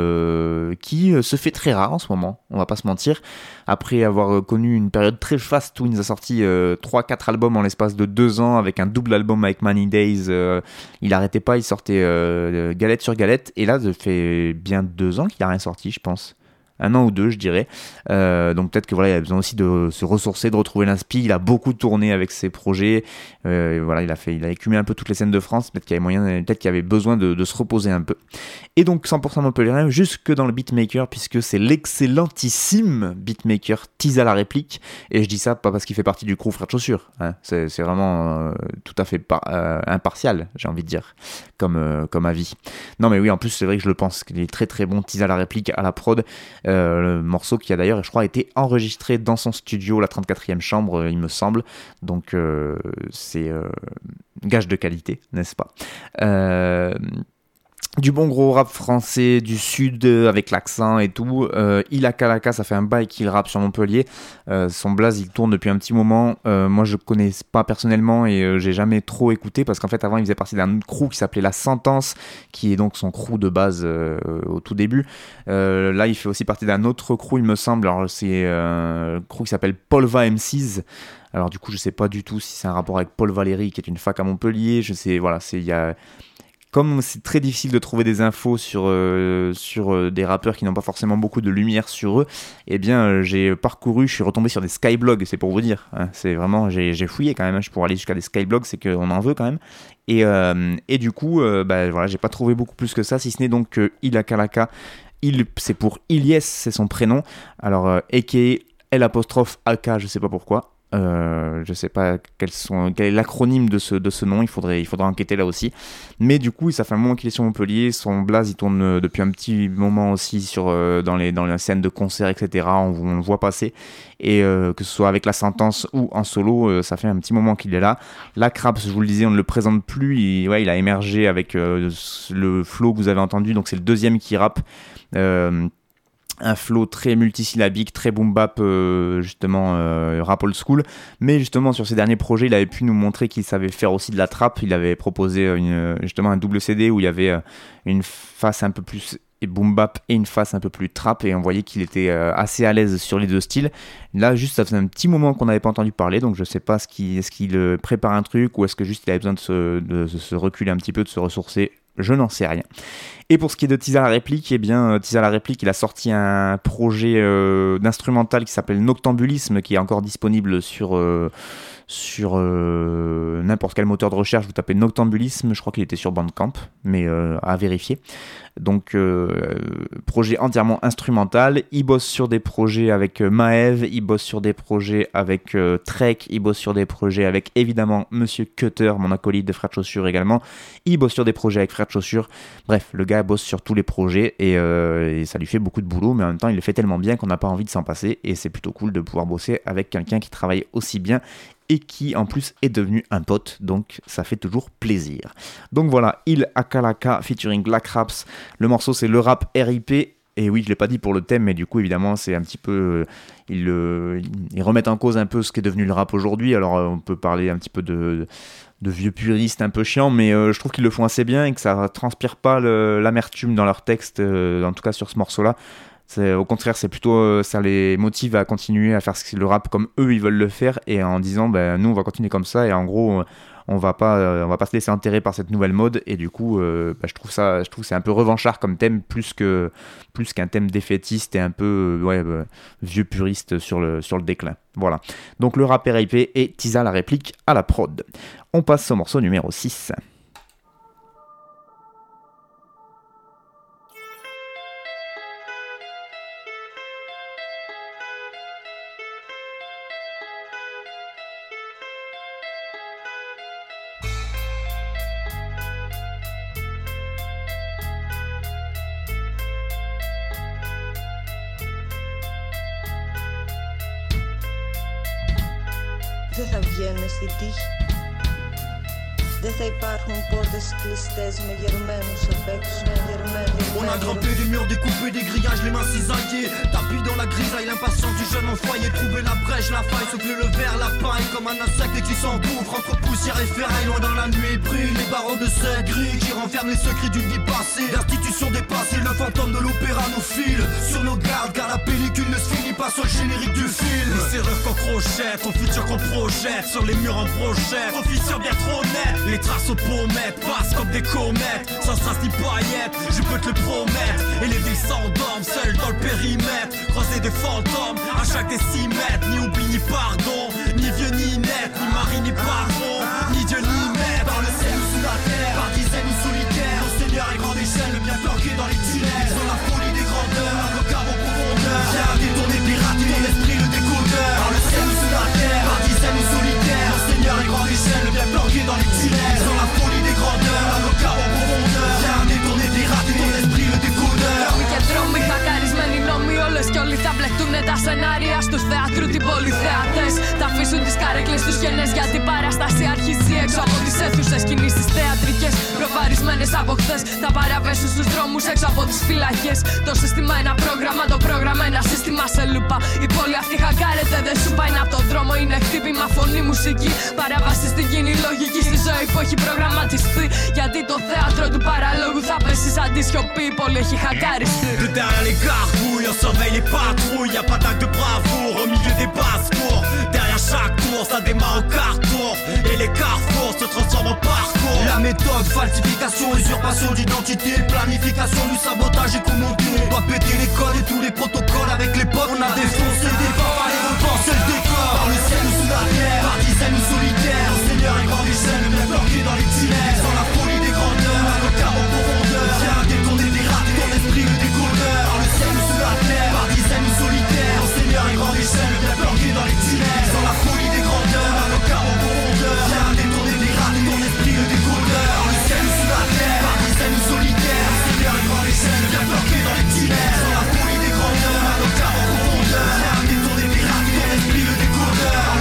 euh, qui euh, se fait très rare en ce moment, on va pas se mentir. Après avoir euh, connu une période très faste où il nous a sorti euh, trois quatre albums en l'espace de deux ans avec un double album avec Many Days, euh, il arrêtait pas, il sortait euh, galette sur galette, et là ça fait bien deux ans qu'il a rien sorti je pense. Un an ou deux, je dirais. Euh, donc peut-être que voilà, il a besoin aussi de se ressourcer, de retrouver l'inspi. Il a beaucoup tourné avec ses projets. Euh, voilà, il a fait, il a écumé un peu toutes les scènes de France. Peut-être qu'il y avait moyen, peut-être qu'il y avait besoin de, de se reposer un peu. Et donc cent pour cent montpelliérain jusque dans le beatmaker, puisque c'est l'excellentissime beatmaker Tease à la réplique. Et je dis ça pas parce qu'il fait partie du crew Frères de Chaussures. Hein. C'est, c'est vraiment euh, tout à fait par, euh, impartial, j'ai envie de dire, comme euh, comme avis. Non mais oui, en plus c'est vrai que je le pense qu'il est très très bon. Tease à la réplique à la prod. Euh, le morceau qui a d'ailleurs, je crois, été enregistré dans son studio, la trente-quatrième chambre, il me semble. Donc, euh, c'est euh, gage de qualité, n'est-ce pas ? euh, Du bon gros rap français du sud avec l'accent et tout. Euh, Il Akalaka, ça fait un bail qu'il rappe sur Montpellier. Euh, son blaze, il tourne depuis un petit moment. Euh, moi, je connais pas personnellement et euh, j'ai jamais trop écouté parce qu'en fait, avant, il faisait partie d'un crew qui s'appelait La Sentence, qui est donc son crew de base euh, au tout début. Euh, là, il fait aussi partie d'un autre crew, il me semble. Alors, c'est euh, un crew qui s'appelle Polva M Cs. Alors, du coup, je sais pas du tout si c'est un rapport avec Paul Valéry, qui est une fac à Montpellier. Je sais, voilà, c'est il y a. Comme c'est très difficile de trouver des infos sur, euh, sur euh, des rappeurs qui n'ont pas forcément beaucoup de lumière sur eux, eh bien euh, j'ai parcouru, je suis retombé sur des skyblogs, c'est pour vous dire, hein, c'est vraiment, j'ai, j'ai fouillé quand même, hein, je pourrais aller jusqu'à des skyblogs, c'est qu'on en veut quand même, et, euh, et du coup, euh, bah, voilà, j'ai pas trouvé beaucoup plus que ça, si ce n'est donc euh, Il Akalaka, il, c'est pour Ilyes, c'est son prénom, alors euh, a k a L apostrophe A K, je sais pas pourquoi. Euh, je sais pas quels sont, quel est l'acronyme de ce, de ce nom, il faudrait, il faudrait enquêter là aussi. Mais du coup, ça fait un moment qu'il est sur Montpellier, son blaze il tourne depuis un petit moment aussi sur, euh, dans, les, dans les scènes de concert, et cetera. On, on le voit passer. Et euh, que ce soit avec La Sentence ou en solo, euh, ça fait un petit moment qu'il est là. Lac Raps, je vous le disais, on ne le présente plus. Il, ouais, il a émergé avec euh, le flow que vous avez entendu, donc c'est le deuxième qui rappe. Euh, un flow très multisyllabique, très boom bap, euh, justement euh, rap old school, mais justement sur ses derniers projets il avait pu nous montrer qu'il savait faire aussi de la trap. Il avait proposé une, justement un double C D où il y avait une face un peu plus boom bap et une face un peu plus trap, et on voyait qu'il était assez à l'aise sur les deux styles. Là juste ça faisait un petit moment qu'on n'avait pas entendu parler, donc je sais pas ce qu'il, est-ce qu'il prépare un truc ou est-ce que juste il avait besoin de se, de, de se reculer un petit peu, de se ressourcer. Je n'en sais rien. Et pour ce qui est de Tease à la réplique, eh bien, Tease à la réplique, il a sorti un projet euh, d'instrumental qui s'appelle Noctambulisme, qui est encore disponible sur, euh, sur euh, n'importe quel moteur de recherche. Vous tapez Noctambulisme, je crois qu'il était sur Bandcamp, mais euh, à vérifier. Donc euh, projet entièrement instrumental. Il bosse sur des projets avec euh, Maëv, il bosse sur des projets avec euh, Trek, il bosse sur des projets avec évidemment Monsieur Cutter, mon acolyte de Frères de Chaussures également. Il bosse sur des projets avec Frères de Chaussures. Bref, le gars bosse sur tous les projets et, euh, et ça lui fait beaucoup de boulot, mais en même temps il le fait tellement bien qu'on n'a pas envie de s'en passer et c'est plutôt cool de pouvoir bosser avec quelqu'un qui travaille aussi bien et qui en plus est devenu un pote, donc ça fait toujours plaisir. Donc voilà, Il Akalaka featuring Black Raps, le morceau c'est le rap R I P, et oui je l'ai pas dit pour le thème, mais du coup évidemment c'est un petit peu, euh, ils, euh, ils remettent en cause un peu ce qui est devenu le rap aujourd'hui, alors euh, on peut parler un petit peu de... de vieux puristes un peu chiants, mais euh, je trouve qu'ils le font assez bien et que ça transpire pas le, l'amertume dans leur texte, euh, en tout cas sur ce morceau-là. C'est, au contraire, c'est plutôt, euh, ça les motive à continuer à faire le rap comme eux ils veulent le faire et en disant ben nous on va continuer comme ça et en gros on va pas, euh, on va pas se laisser enterrer par cette nouvelle mode et du coup euh, ben, je trouve ça, je trouve que c'est un peu revanchard comme thème plus que plus qu'un thème défaitiste et un peu euh, ouais bah, vieux puriste sur le sur le déclin. Voilà. Donc le rap R I P et Tisa la réplique à la prod. On passe au morceau numéro six. Δεν θα βγαίνουν στη τύχη. Δεν θα υπάρχουν πόρτες κλειστές με γερμένους απ' έξω. On a grimpé des murs, découpé des grillages, les mains cisaillées. Tapis dans la grisaille, l'impatience du jeune en foyer. Trouver la brèche, la faille, souffler le verre, la paille. Comme un insecte qui s'engouffre entre poussière et ferraille. Loin dans la nuit brille les barreaux de sel gris qui renferment les secrets d'une vie passée. L'institution dépassée, le fantôme de l'opéra nous file sur nos gardes, car la pellicule ne se finit pas sur le générique du film. Les serrures qu'on crochette, ton futur qu'on projette sur les murs en brochette. Officier bien trop net, les traces aux pommettes passent comme des comètes, sans strass ni paillettes, je peux te le promettre. Et les villes s'endorment seules dans le périmètre, croiser des fantômes à chaque décimètre. Ni oubli ni pardon, ni vieux ni net, ni mari ni pardon, ni Dieu ni maître. Dans le ciel ou sous la terre, par dizaines ou solitaires, nos seigneurs et grande échelle, bien planqués dans les tunnels. Ils ont la folie des grandeurs, avocat en profondeur. Viens détourner, pirater ton esprit, le décodeur. Dans le ciel ou sous la terre, par dizaines ou solitaires, nos seigneurs et grande échelle, bien planqués dans les tunnels. Ils ont la folie des grandeurs, avocat en profondeur. Viens détourner, pirater ton esprit, le décodeur. Και δρόμοι χακαρισμένοι νόμοι, όλες κι όλοι θα μπλεχτούνε τα σενάρια στους θεάτρου την πολυθεατές. Θα αφήσουν τις καρέκλες τους γενές γιατί η παράσταση αρχίζει έξω από τις αίθουσες. Κινήσεις θεατρικές προβαρισμένες από χθες θα παραβέσουν στους δρόμους έξω από τις φυλακές. Το σύστημα ένα πρόγραμμα, το πρόγραμμα ένα σύστημα σε λούπα. Η πόλη αυτή χακάρεται, δεν σου πάει από τον δρόμο. Είναι χτύπημα, φωνή, μουσική. Παράβαση στην κοινή λογική στη ζωή που έχει προγραμματιστεί. Γιατί το θέατρο του παραλόγου θα πέσει σαν τη σιωπή. Η πόλη έχει χακάριστεί. De derrière les gargouilles, on surveille les patrouilles. Y'a pas d'acte de bravoure au milieu des basses-cours. Derrière chaque tour, ça démarre au carrefour. Et les carrefours se transforment en parcours. La méthode, falsification, usurpation d'identité. Planification du sabotage et commenté. On doit péter les codes et tous les protocoles. Avec les potes, on a défoncé des portes. Fallait repenser le décor. Dans le ciel ou sous la terre, par dizaines ou solitaires. Nos seigneurs et grands échelles, bien planqués dans les tunnels. Sans la folie des grandeurs, avocat en profondeur. Viens détourner, dérater ton esprit, le décodeur. Dans le ciel ou sous la terre, par dizaines ou solitaires. Nos seigneurs et grands échelles, bien planqués dans les tunnels. Sans la folie des grandeurs, avocat en profondeur. Viens détourner, dérater ton esprit, le décodeur. Dans le ciel ou sous la terre, par dizaines ou solitaires. Nos seigneurs et grands échelles, bien planqués dans les tunnels. Sans la folie des grandeurs, avocat en profondeur. Viens détourner, dérater ton esprit, le décodeur.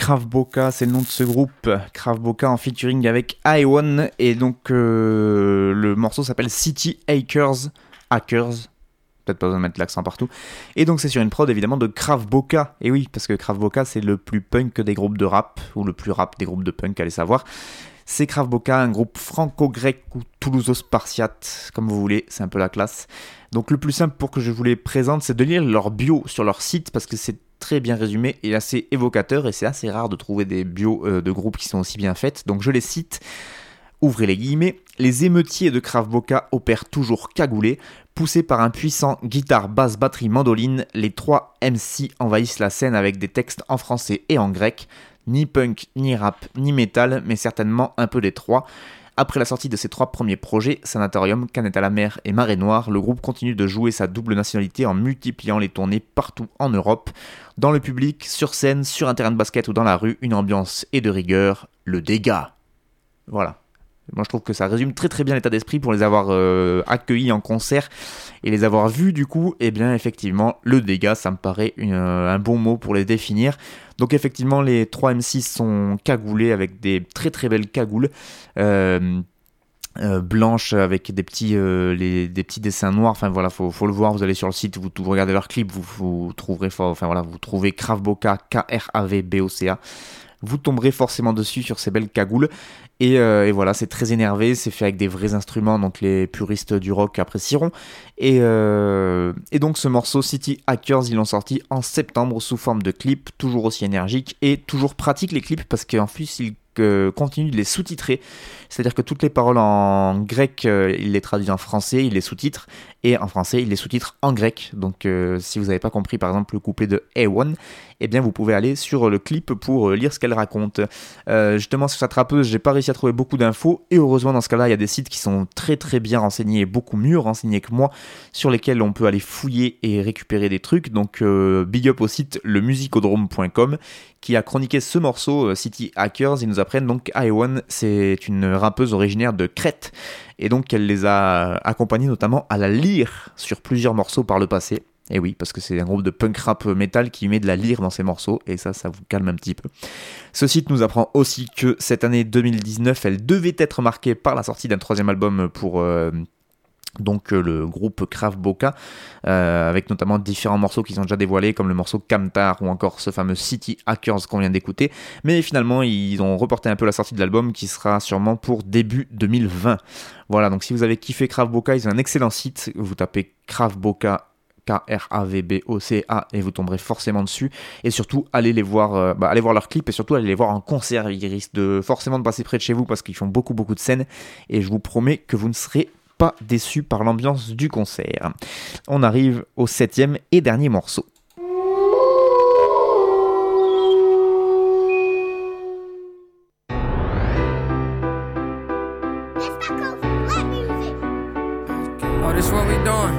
Krav Boka, c'est le nom de ce groupe. Krav Boka en featuring avec I one. Et donc euh, le morceau s'appelle City Hackers. Hackers. Peut-être pas besoin de mettre l'accent partout. Et donc c'est sur une prod évidemment de Krav Boka. Et oui, parce que Krav Boka c'est le plus punk des groupes de rap, ou le plus rap des groupes de punk, allez savoir. C'est Krav Boka, un groupe franco-grec ou toulouso-spartiate, comme vous voulez, c'est un peu la classe. Donc le plus simple pour que je vous les présente, c'est de lire leur bio sur leur site, parce que c'est très bien résumé et assez évocateur, et c'est assez rare de trouver des bios euh, de groupes qui sont aussi bien faites. Donc je les cite, ouvrez les guillemets, les émeutiers de Krav Boka opèrent toujours cagoulés. Poussés par un puissant guitare, basse, batterie, mandoline, les trois M C envahissent la scène avec des textes en français et en grec. Ni punk, ni rap, ni métal, mais certainement un peu des trois. Après la sortie de ses trois premiers projets, Sanatorium, Canette à la mer et Marée Noire, le groupe continue de jouer sa double nationalité en multipliant les tournées partout en Europe. Dans le public, sur scène, sur un terrain de basket ou dans la rue, une ambiance et de rigueur, le dégât. Voilà. Moi je trouve que ça résume très très bien l'état d'esprit pour les avoir euh, accueillis en concert et les avoir vus du coup. Et eh bien effectivement le dégât, ça me paraît une, euh, un bon mot pour les définir. Donc effectivement les trois M six sont cagoulés avec des très très belles cagoules euh, euh, blanches avec des petits, euh, les, des petits dessins noirs. Enfin voilà, faut, faut le voir, vous allez sur le site, vous, vous regardez leur clip, vous, vous trouverez, enfin voilà, vous trouvez Krav Boka, K R A V B O C A. Vous tomberez forcément dessus sur ces belles cagoules. Et, euh, et voilà, c'est très énervé, c'est fait avec des vrais instruments, donc les puristes du rock apprécieront. Et, euh, et donc ce morceau City Hackers, ils l'ont sorti en septembre sous forme de clip, toujours aussi énergique et toujours pratique les clips, parce qu'en plus ils euh, continuent de les sous-titrer. C'est-à-dire que toutes les paroles en grec, euh, il les traduit en français, il les sous-titre, et en français, il les sous-titre en grec. Donc euh, si vous n'avez pas compris par exemple le couplet de A one, eh bien vous pouvez aller sur le clip pour lire ce qu'elle raconte. Euh, justement sur cette rappeuse, j'ai pas réussi à trouver beaucoup d'infos, et heureusement dans ce cas-là, il y a des sites qui sont très très bien renseignés, beaucoup mieux renseignés que moi, sur lesquels on peut aller fouiller et récupérer des trucs. Donc euh, big up au site le musicodrome point com qui a chroniqué ce morceau, euh, City Hackers. Ils nous apprennent donc I one, c'est une rappeuse originaire de Crète, et donc elle les a accompagnés notamment à la lyre sur plusieurs morceaux par le passé. Et oui, parce que c'est un groupe de punk rap metal qui met de la lyre dans ses morceaux, et ça, ça vous calme un petit peu. Ce site nous apprend aussi que cette année deux mille dix-neuf, elle devait être marquée par la sortie d'un troisième album pour euh, donc euh, le groupe Krav Boka, euh, avec notamment différents morceaux qui sont déjà dévoilés, comme le morceau Kamtar ou encore ce fameux City Hackers qu'on vient d'écouter. Mais finalement, ils ont reporté un peu la sortie de l'album, qui sera sûrement pour début deux mille vingt. Voilà, donc si vous avez kiffé Krav Boka, ils ont un excellent site, vous tapez Krav Boka, K R A V B O C A, et vous tomberez forcément dessus. Et surtout, allez les voir, euh, bah, allez voir leurs clips, et surtout allez les voir en concert. Ils risquent de, forcément de passer près de chez vous parce qu'ils font beaucoup beaucoup de scènes, et je vous promets que vous ne serez pas déçus par l'ambiance du concert. On arrive au septième et dernier morceau. Oh, this what we doing?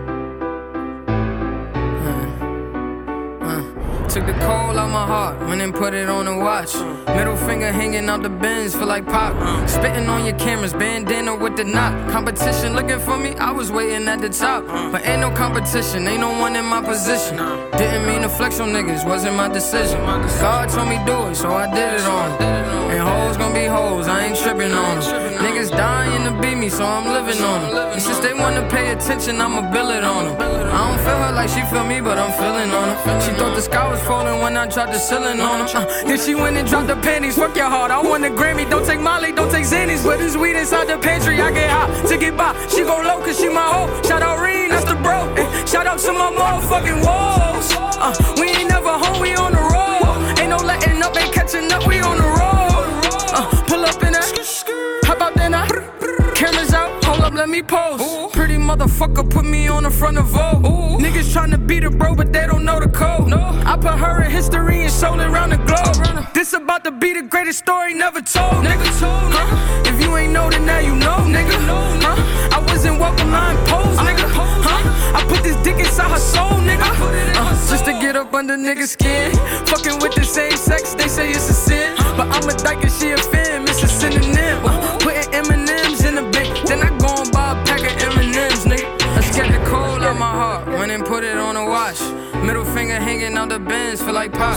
Took the cold out my heart, went and put it on the watch. Middle finger hanging out the bins, feel like pop. Spitting on your cameras, bandana with the knot. Competition looking for me, I was waiting at the top. But ain't no competition, ain't no one in my position. Didn't mean to flex on niggas, wasn't my decision. God told me do it, so I did it on them. And hoes gon' be hoes, I ain't tripping on them. Niggas dying to beat me, so I'm living on them. And since they wanna pay attention, I'ma bill it on them. I don't feel her like she feel me, but I'm feeling on her. She thought the sky was falling when I dropped the ceiling on her. Uh, then she went and dropped the panties, fuck your heart. I won a Grammy, don't take Molly, don't take Xannies. But there's weed inside the pantry, I get hot to get by. She go low cause she my hoe. Shout out Reen, that's the bro. Eh, shout out to my motherfucking walls. Uh, we ain't never home, we on the road. Ain't no letting up, ain't catching up, we on the road. Uh, pull up in that, how about then I cameras out, hold up, let me pose. Ooh. Pretty motherfucker put me on the front of Vogue. Ooh. Niggas tryna be the bro, but they don't know the code. No. I put her in history and sold it around the globe. Around this about to be the greatest story never told, nigga. Told, huh? If you ain't know, then now you know, nigga. Huh? I wasn't welcome, I imposed, nigga. Huh? I put this dick inside her soul, nigga. Uh, just to get up under niggas' skin. Fucking with the same sex, they say it's a sin. But I'm a dyke and she a femme, it's a synonym. Uh, putting M and M's in the bin, then I go and buy a pack of M and M's, nigga. Let's get the cold out my heart, went and put it on a watch. Middle finger hanging out the bins, feel like pop.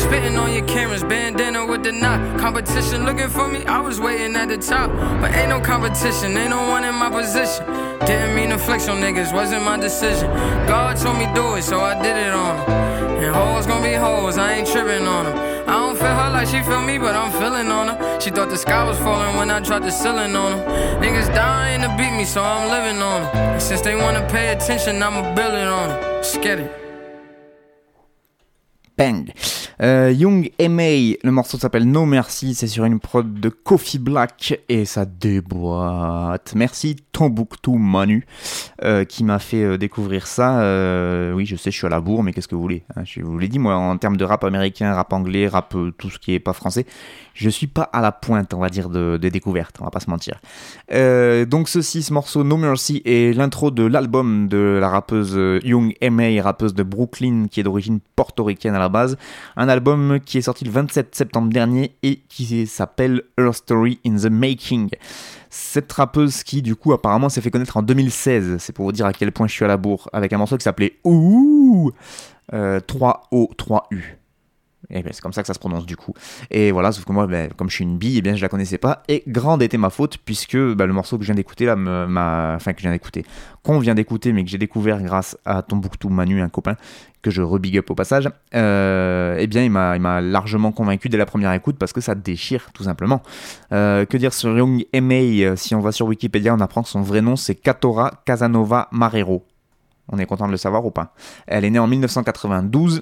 Spitting on your cameras, bandana with the knot. Competition looking for me, I was waiting at the top. But ain't no competition, ain't no one in my position. Didn't mean to flex on niggas, wasn't my decision. God told me do it, so I did it on him. And hoes gon' be hoes, I ain't tripping on them. I don't feel her like she feel me, but I'm feeling on her. She thought the sky was falling when I dropped the ceiling on them. Niggas dying to beat me, so I'm living on them. And since they wanna pay attention, I'ma build it on them. Let's get it. Bang. Euh, Young M A, le morceau s'appelle No Mercy, c'est sur une prod de Coffee Black et ça déboîte. Merci Tombouctou Manu euh, qui m'a fait euh, découvrir ça. Euh, oui, je sais, je suis à la bourre, mais qu'est-ce que vous voulez, hein, je vous l'ai dit, moi, en termes de rap américain, rap anglais, rap euh, tout ce qui est pas français, je suis pas à la pointe, on va dire, de, de découverte, on va pas se mentir. Euh, donc ceci, ce morceau No Mercy est l'intro de l'album de la rappeuse Young M A, rappeuse de Brooklyn, qui est d'origine portoricaine à la base. Un album qui est sorti le vingt-sept septembre dernier et qui s'appelle Her Story in the Making. Cette rappeuse qui, du coup, apparemment s'est fait connaître en deux mille seize, c'est pour vous dire à quel point je suis à la bourre, avec un morceau qui s'appelait Ouh euh, trois O trois U. Et bien, c'est comme ça que ça se prononce du coup. Et voilà, sauf que moi, ben, comme je suis une bille, eh bien, je la connaissais pas. Et grande était ma faute, puisque ben, le morceau que je viens d'écouter, là, me, m'a... enfin que je viens d'écouter, qu'on vient d'écouter, mais que j'ai découvert grâce à Tombouctou Manu, un copain, que je rebig up au passage, euh, eh bien, il m'a, il m'a largement convaincu dès la première écoute, parce que ça déchire, tout simplement. Euh, que dire sur Young M A? Si on va sur Wikipédia, on apprend que son vrai nom, c'est Katora Casanova Marrero. On est content de le savoir ou pas? Elle est née en dix-neuf cent quatre-vingt-douze.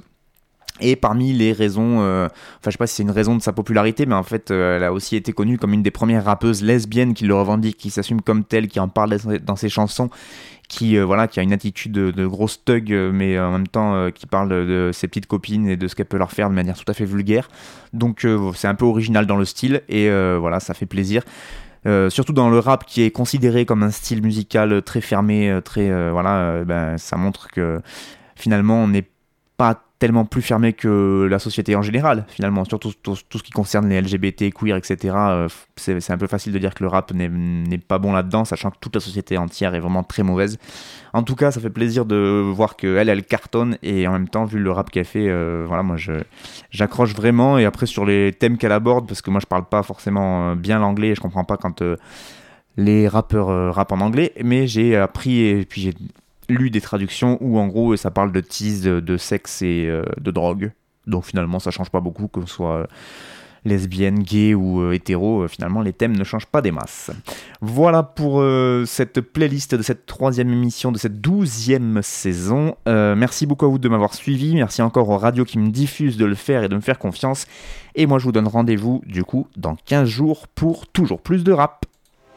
Et parmi les raisons, euh, enfin je sais pas si c'est une raison de sa popularité, mais en fait euh, elle a aussi été connue comme une des premières rappeuses lesbiennes qui le revendique, qui s'assume comme telle, qui en parle dans ses chansons, qui euh, voilà, qui a une attitude de, de grosse thug, mais en même temps euh, qui parle de, de ses petites copines et de ce qu'elle peut leur faire de manière tout à fait vulgaire. Donc euh, c'est un peu original dans le style et euh, voilà, ça fait plaisir. Euh, surtout dans le rap qui est considéré comme un style musical très fermé, très euh, voilà, euh, ben ça montre que finalement on n'est pas tellement plus fermé que la société en général, finalement, surtout tout, tout ce qui concerne les L G B T, queer, et cetera. Euh, c'est, c'est un peu facile de dire que le rap n'est, n'est pas bon là-dedans, sachant que toute la société entière est vraiment très mauvaise. En tout cas, ça fait plaisir de voir qu'elle, elle cartonne, et en même temps, vu le rap qu'elle fait, euh, voilà, moi, je, j'accroche vraiment. Et après, sur les thèmes qu'elle aborde, parce que moi, je parle pas forcément bien l'anglais, et je comprends pas quand euh, les rappeurs euh, rappent en anglais, mais j'ai appris, et puis j'ai lu des traductions où en gros ça parle de tease, de, de sexe et euh, de drogue, donc finalement ça change pas beaucoup que ce soit euh, lesbienne, gay ou euh, hétéro, euh, finalement les thèmes ne changent pas des masses. Voilà pour euh, cette playlist de cette troisième émission de cette douzième saison. Euh, merci beaucoup à vous de m'avoir suivi, merci encore aux radios qui me diffusent de le faire et de me faire confiance, et moi je vous donne rendez-vous du coup dans quinze jours pour toujours plus de rap.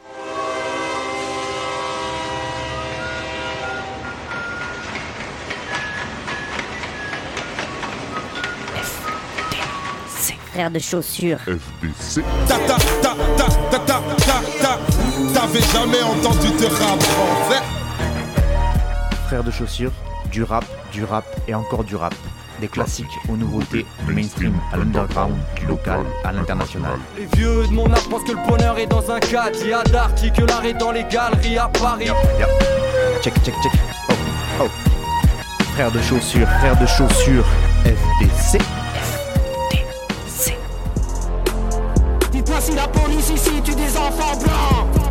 Frère de chaussures. F D C. Ta ta ta ta ta ta ta ta. T'avais jamais entendu de rap français? Frère de chaussures, du rap, du rap et encore du rap. Des classiques aux nouveautés, du mainstream à l'underground, du local à l'international. Les vieux de mon âge pensent que le bonheur est dans un cadre. Il y a d'arty que l'art est dans les galeries à Paris. Yep, yep. Check, check, check. Oh, oh. Frère de chaussures, frère de chaussures, F D C. Dites-moi si la police ici tue des enfants blancs.